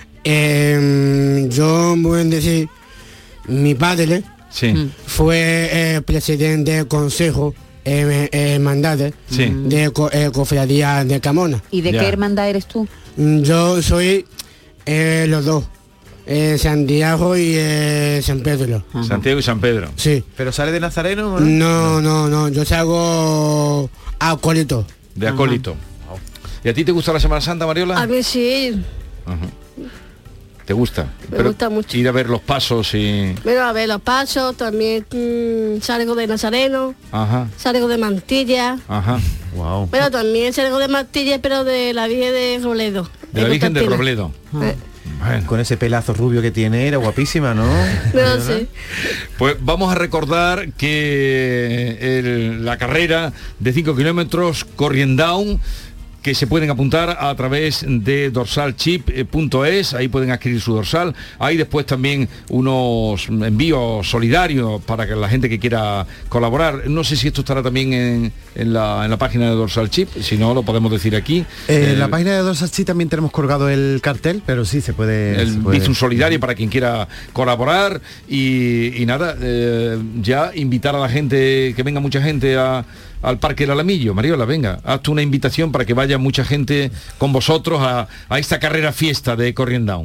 Eh, yo voy a decir, mi padre Sí. fue eh, presidente del consejo eh, eh, hermandades Sí. de co- eh, cofradía de Carmona. ¿Y de Ya. qué hermandad eres tú? Yo soy eh, los dos, eh, Santiago y eh, San Pedro. Santiago y San Pedro. Sí. ¿Pero sale de Nazareno? Manuel? No, no, no, yo salgo acólito. De acólito. ¿Y a ti te gusta la Semana Santa, Mariola? A mí sí. Ajá. ¿Te gusta? Me gusta mucho. Ir a ver los pasos y... Pero a ver, los pasos, también mm, salgo de Nazareno, Ajá, salgo de Mantilla. ajá. Wow. Pero también salgo de Mantilla, pero de la Virgen de Robledo. De la Virgen de Constantina. Robledo. Eh, Bueno. Con ese pelazo rubio que tiene, era guapísima, ¿no? no sé. Pues vamos a recordar que el- la carrera de cinco kilómetros Corriendown, que se pueden apuntar a través de dorsalchip punto es, ahí pueden adquirir su dorsal. Hay después también unos envíos solidarios para que la gente que quiera colaborar. No sé si esto estará también en, en la, en la página de Dorsal Chip, si no lo podemos decir aquí. Eh, en la El- página de Dorsalchip también tenemos colgado el cartel, pero sí se puede... el se puede- Bizum Solidario para quien quiera colaborar y, y nada, eh, ya invitar a la gente, que venga mucha gente a, al Parque del Alamillo. Mariola, venga, haz tú una invitación para que vaya mucha gente con vosotros a, a esta carrera fiesta de Corriendown.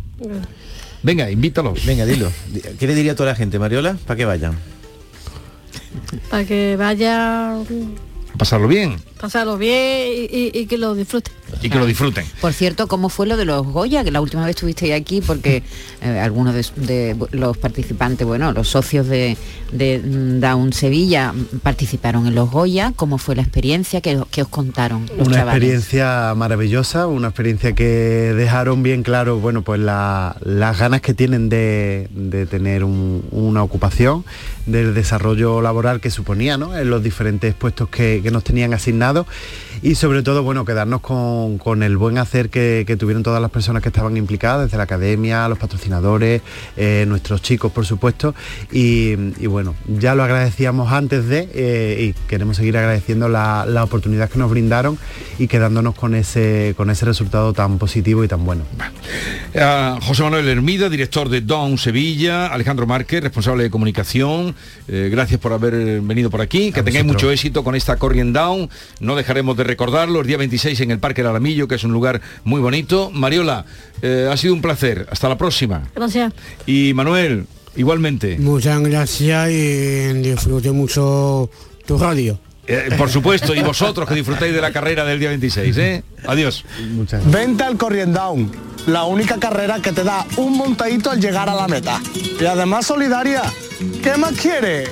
Venga, invítalos. Venga, dilo. ¿Qué le diría a toda la gente, Mariola? Para que vayan. Para que vaya mm, A pasarlo bien pasarlo bien y, y- y que lo disfruten. y que lo disfruten. Por cierto, ¿cómo fue lo de los Goya? Que la última vez estuvisteis aquí porque eh, algunos de, de los participantes, bueno, los socios de, de Down Sevilla participaron en los Goya. ¿Cómo fue la experiencia? ¿Qué, qué os contaron los Una chavales? experiencia maravillosa, una experiencia que dejaron bien claro, bueno, pues la- las ganas que tienen de, de tener un- una ocupación, del desarrollo laboral que suponía, ¿no? En los diferentes puestos que, que nos tenían asignados y sobre todo, bueno, quedarnos con, con el buen hacer que, que tuvieron todas las personas que estaban implicadas, desde la academia, los patrocinadores, eh, nuestros chicos, por supuesto, y, y bueno, ya lo agradecíamos antes de eh, y queremos seguir agradeciendo la, la oportunidad que nos brindaron y quedándonos con ese, con ese resultado tan positivo y tan bueno. A José Manuel Hermida, director de Down Sevilla, Alejandro Márquez, responsable de comunicación, eh, gracias por haber venido por aquí, que A tengáis vosotros. mucho éxito con esta Corriendown, no dejaremos de recordarlo, el día veintiséis en el Parque del Alamillo, que es un lugar muy bonito. Mariola, eh, ha sido un placer, hasta la próxima. Gracias. Y Manuel, igualmente. Muchas gracias y disfrute mucho tu radio. Eh, por supuesto, y vosotros que disfrutáis de la carrera del día veintiséis, ¿eh? Adiós. Muchas gracias. Vente al Corriendown, la única carrera que te da un montadito al llegar a la meta. Y además solidaria. ¿Qué más quieres?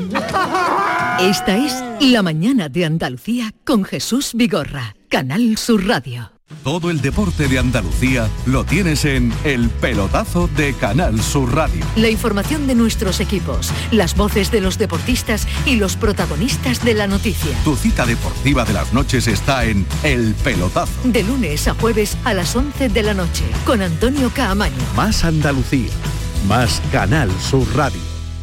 Esta es La Mañana de Andalucía con Jesús Vigorra, Canal Sur Radio. Todo el deporte de Andalucía lo tienes en El Pelotazo de Canal Sur Radio. La información de nuestros equipos, las voces de los deportistas y los protagonistas de la noticia. Tu cita deportiva de las noches está en El Pelotazo. De lunes a jueves a las once de la noche, con Antonio Caamaño. Más Andalucía, más Canal Sur Radio.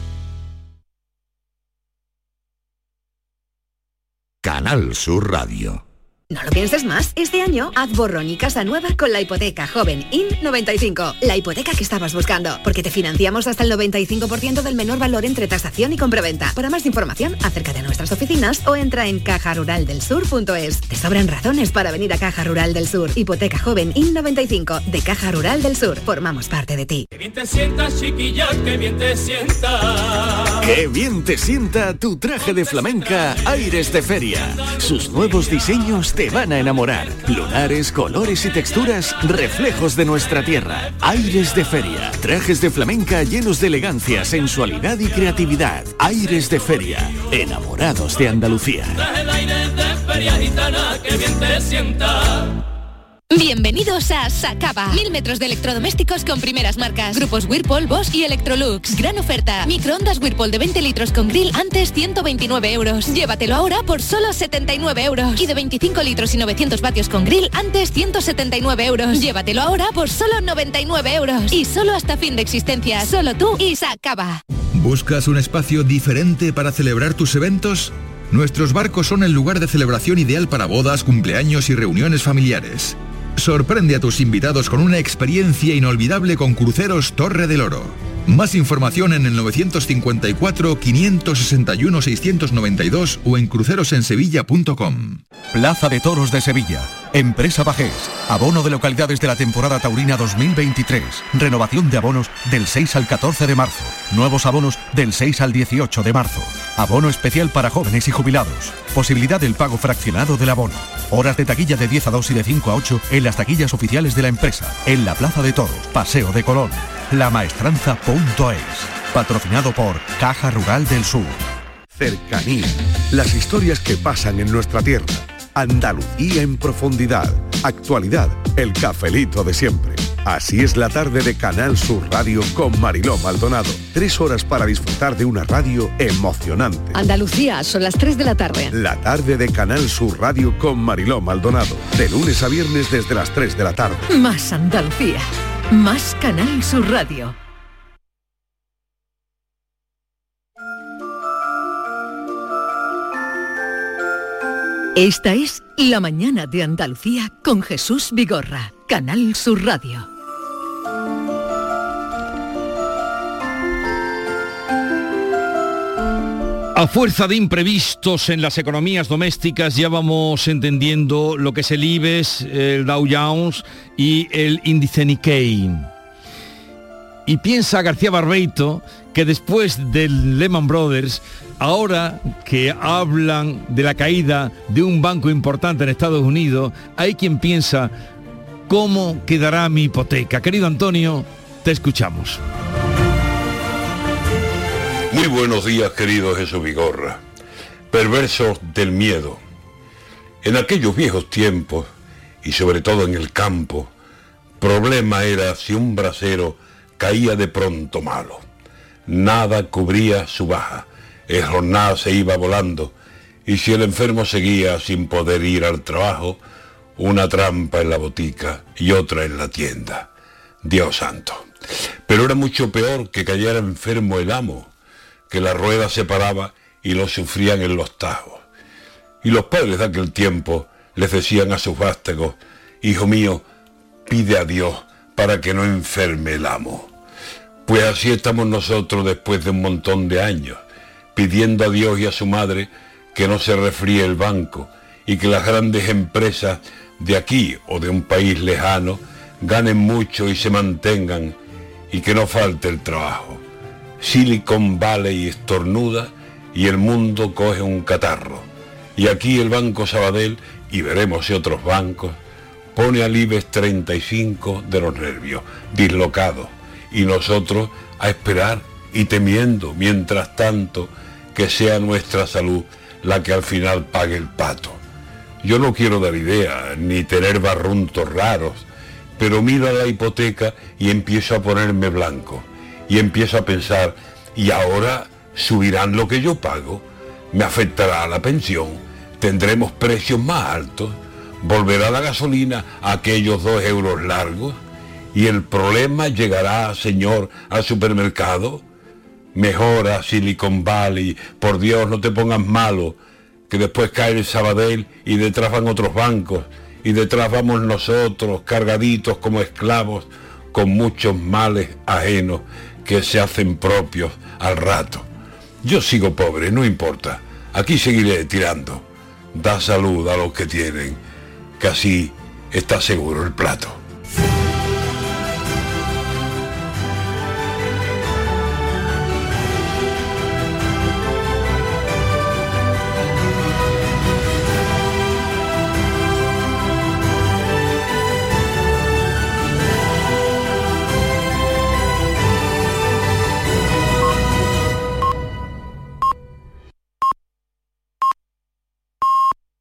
Canal Sur Radio. No lo pienses más. Este año, haz borrón y casa nueva con la hipoteca joven I N noventa y cinco. La hipoteca que estabas buscando. Porque te financiamos hasta el noventa y cinco por ciento del menor valor entre tasación y compraventa. Para más información, acércate a nuestras oficinas o entra en caja rural del sur punto es. Te sobran razones para venir a Caja Rural del Sur. Hipoteca joven I N noventa y cinco de Caja Rural del Sur. Formamos parte de ti. Qué bien te sientas, chiquilla, qué bien te sienta. Qué bien te sienta tu traje de flamenca Aires de Feria. Sus nuevos diseños te van a enamorar. Lunares, colores y texturas, reflejos de nuestra tierra. Aires de Feria. Trajes de flamenca llenos de elegancia, sensualidad y creatividad. Aires de Feria. Enamorados de Andalucía. Traje de aires de feria gitana, qué bien te sienta. Bienvenidos a Sacaba. Mil metros de electrodomésticos con primeras marcas. Grupos Whirlpool, Bosch y Electrolux. Gran oferta. Microondas Whirlpool de veinte litros con grill antes ciento veintinueve euros. Llévatelo ahora por solo setenta y nueve euros. Y de veinticinco litros y novecientos vatios con grill antes ciento setenta y nueve euros. Llévatelo ahora por solo noventa y nueve euros. Y solo hasta fin de existencia. Solo tú y Sacaba. ¿Buscas un espacio diferente para celebrar tus eventos? Nuestros barcos son el lugar de celebración ideal para bodas, cumpleaños y reuniones familiares. Sorprende a tus invitados con una experiencia inolvidable con Cruceros Torre del Oro. Más información en el novecientos cincuenta y cuatro, quinientos sesenta y uno, seiscientos noventa y dos o en crucerosensevilla punto com. Plaza de Toros de Sevilla. Empresa Bajés. Abono de localidades de la temporada taurina dos mil veintitrés. Renovación de abonos del seis al catorce de marzo. Nuevos abonos del seis al dieciocho de marzo. Abono especial para jóvenes y jubilados. Posibilidad del pago fraccionado del abono. Horas de taquilla de diez a dos y de cinco a ocho en las taquillas oficiales de la empresa. En la Plaza de Toros, Paseo de Colón. La Maestranza punto es. Patrocinado por Caja Rural del Sur. Cercanía. Las historias que pasan en nuestra tierra. Andalucía en profundidad. Actualidad. El cafelito de siempre. Así es la tarde de Canal Sur Radio con Mariló Maldonado. Tres horas para disfrutar de una radio emocionante. Andalucía, son las tres de la tarde. La tarde de Canal Sur Radio con Mariló Maldonado. De lunes a viernes desde las tres de la tarde. Más Andalucía. Más Canal Sur Radio. Esta es La Mañana de Andalucía con Jesús Vigorra, Canal Sur Radio. A fuerza de imprevistos en las economías domésticas ya vamos entendiendo lo que es el IBEX, el Dow Jones y el índice Nikkei. Y piensa García Barbeito que después del Lehman Brothers, ahora que hablan de la caída de un banco importante en Estados Unidos, hay quien piensa, ¿cómo quedará mi hipoteca? Querido Antonio, te escuchamos. Muy buenos días, querido Jesús Vigorra. Perversos del miedo. En aquellos viejos tiempos, y sobre todo en el campo, problema era si un brasero caía de pronto malo. Nada cubría su baja, el jornal se iba volando, y si el enfermo seguía sin poder ir al trabajo, una trampa en la botica y otra en la tienda. Dios santo. Pero era mucho peor que cayera enfermo el amo, que la rueda se paraba y lo sufrían en los tajos. Y los padres de aquel tiempo les decían a sus vástagos, hijo mío, pide a Dios para que no enferme el amo. Pues así estamos nosotros después de un montón de años, pidiendo a Dios y a su madre que no se resfríe el banco y que las grandes empresas de aquí o de un país lejano ganen mucho y se mantengan y que no falte el trabajo. Silicon Valley estornuda y el mundo coge un catarro. Y aquí el Banco Sabadell, y veremos si otros bancos, pone al IBEX treinta y cinco de los nervios, dislocado, y nosotros a esperar y temiendo, mientras tanto, que sea nuestra salud la que al final pague el pato. Yo no quiero dar idea, ni tener barruntos raros, pero miro a la hipoteca y empiezo a ponerme blanco. Y empiezo a pensar, ¿y ahora subirán lo que yo pago? ¿Me afectará la pensión? ¿Tendremos precios más altos? ¿Volverá la gasolina a aquellos dos euros largos? ¿Y el problema llegará, señor, al supermercado? Mejora Silicon Valley, por Dios, no te pongas malo, que después cae el Sabadell y detrás van otros bancos, y detrás vamos nosotros, cargaditos como esclavos, con muchos males ajenos que se hacen propios al rato. Yo sigo pobre, no importa, aquí seguiré tirando. Da salud a los que tienen, que así está seguro el plato.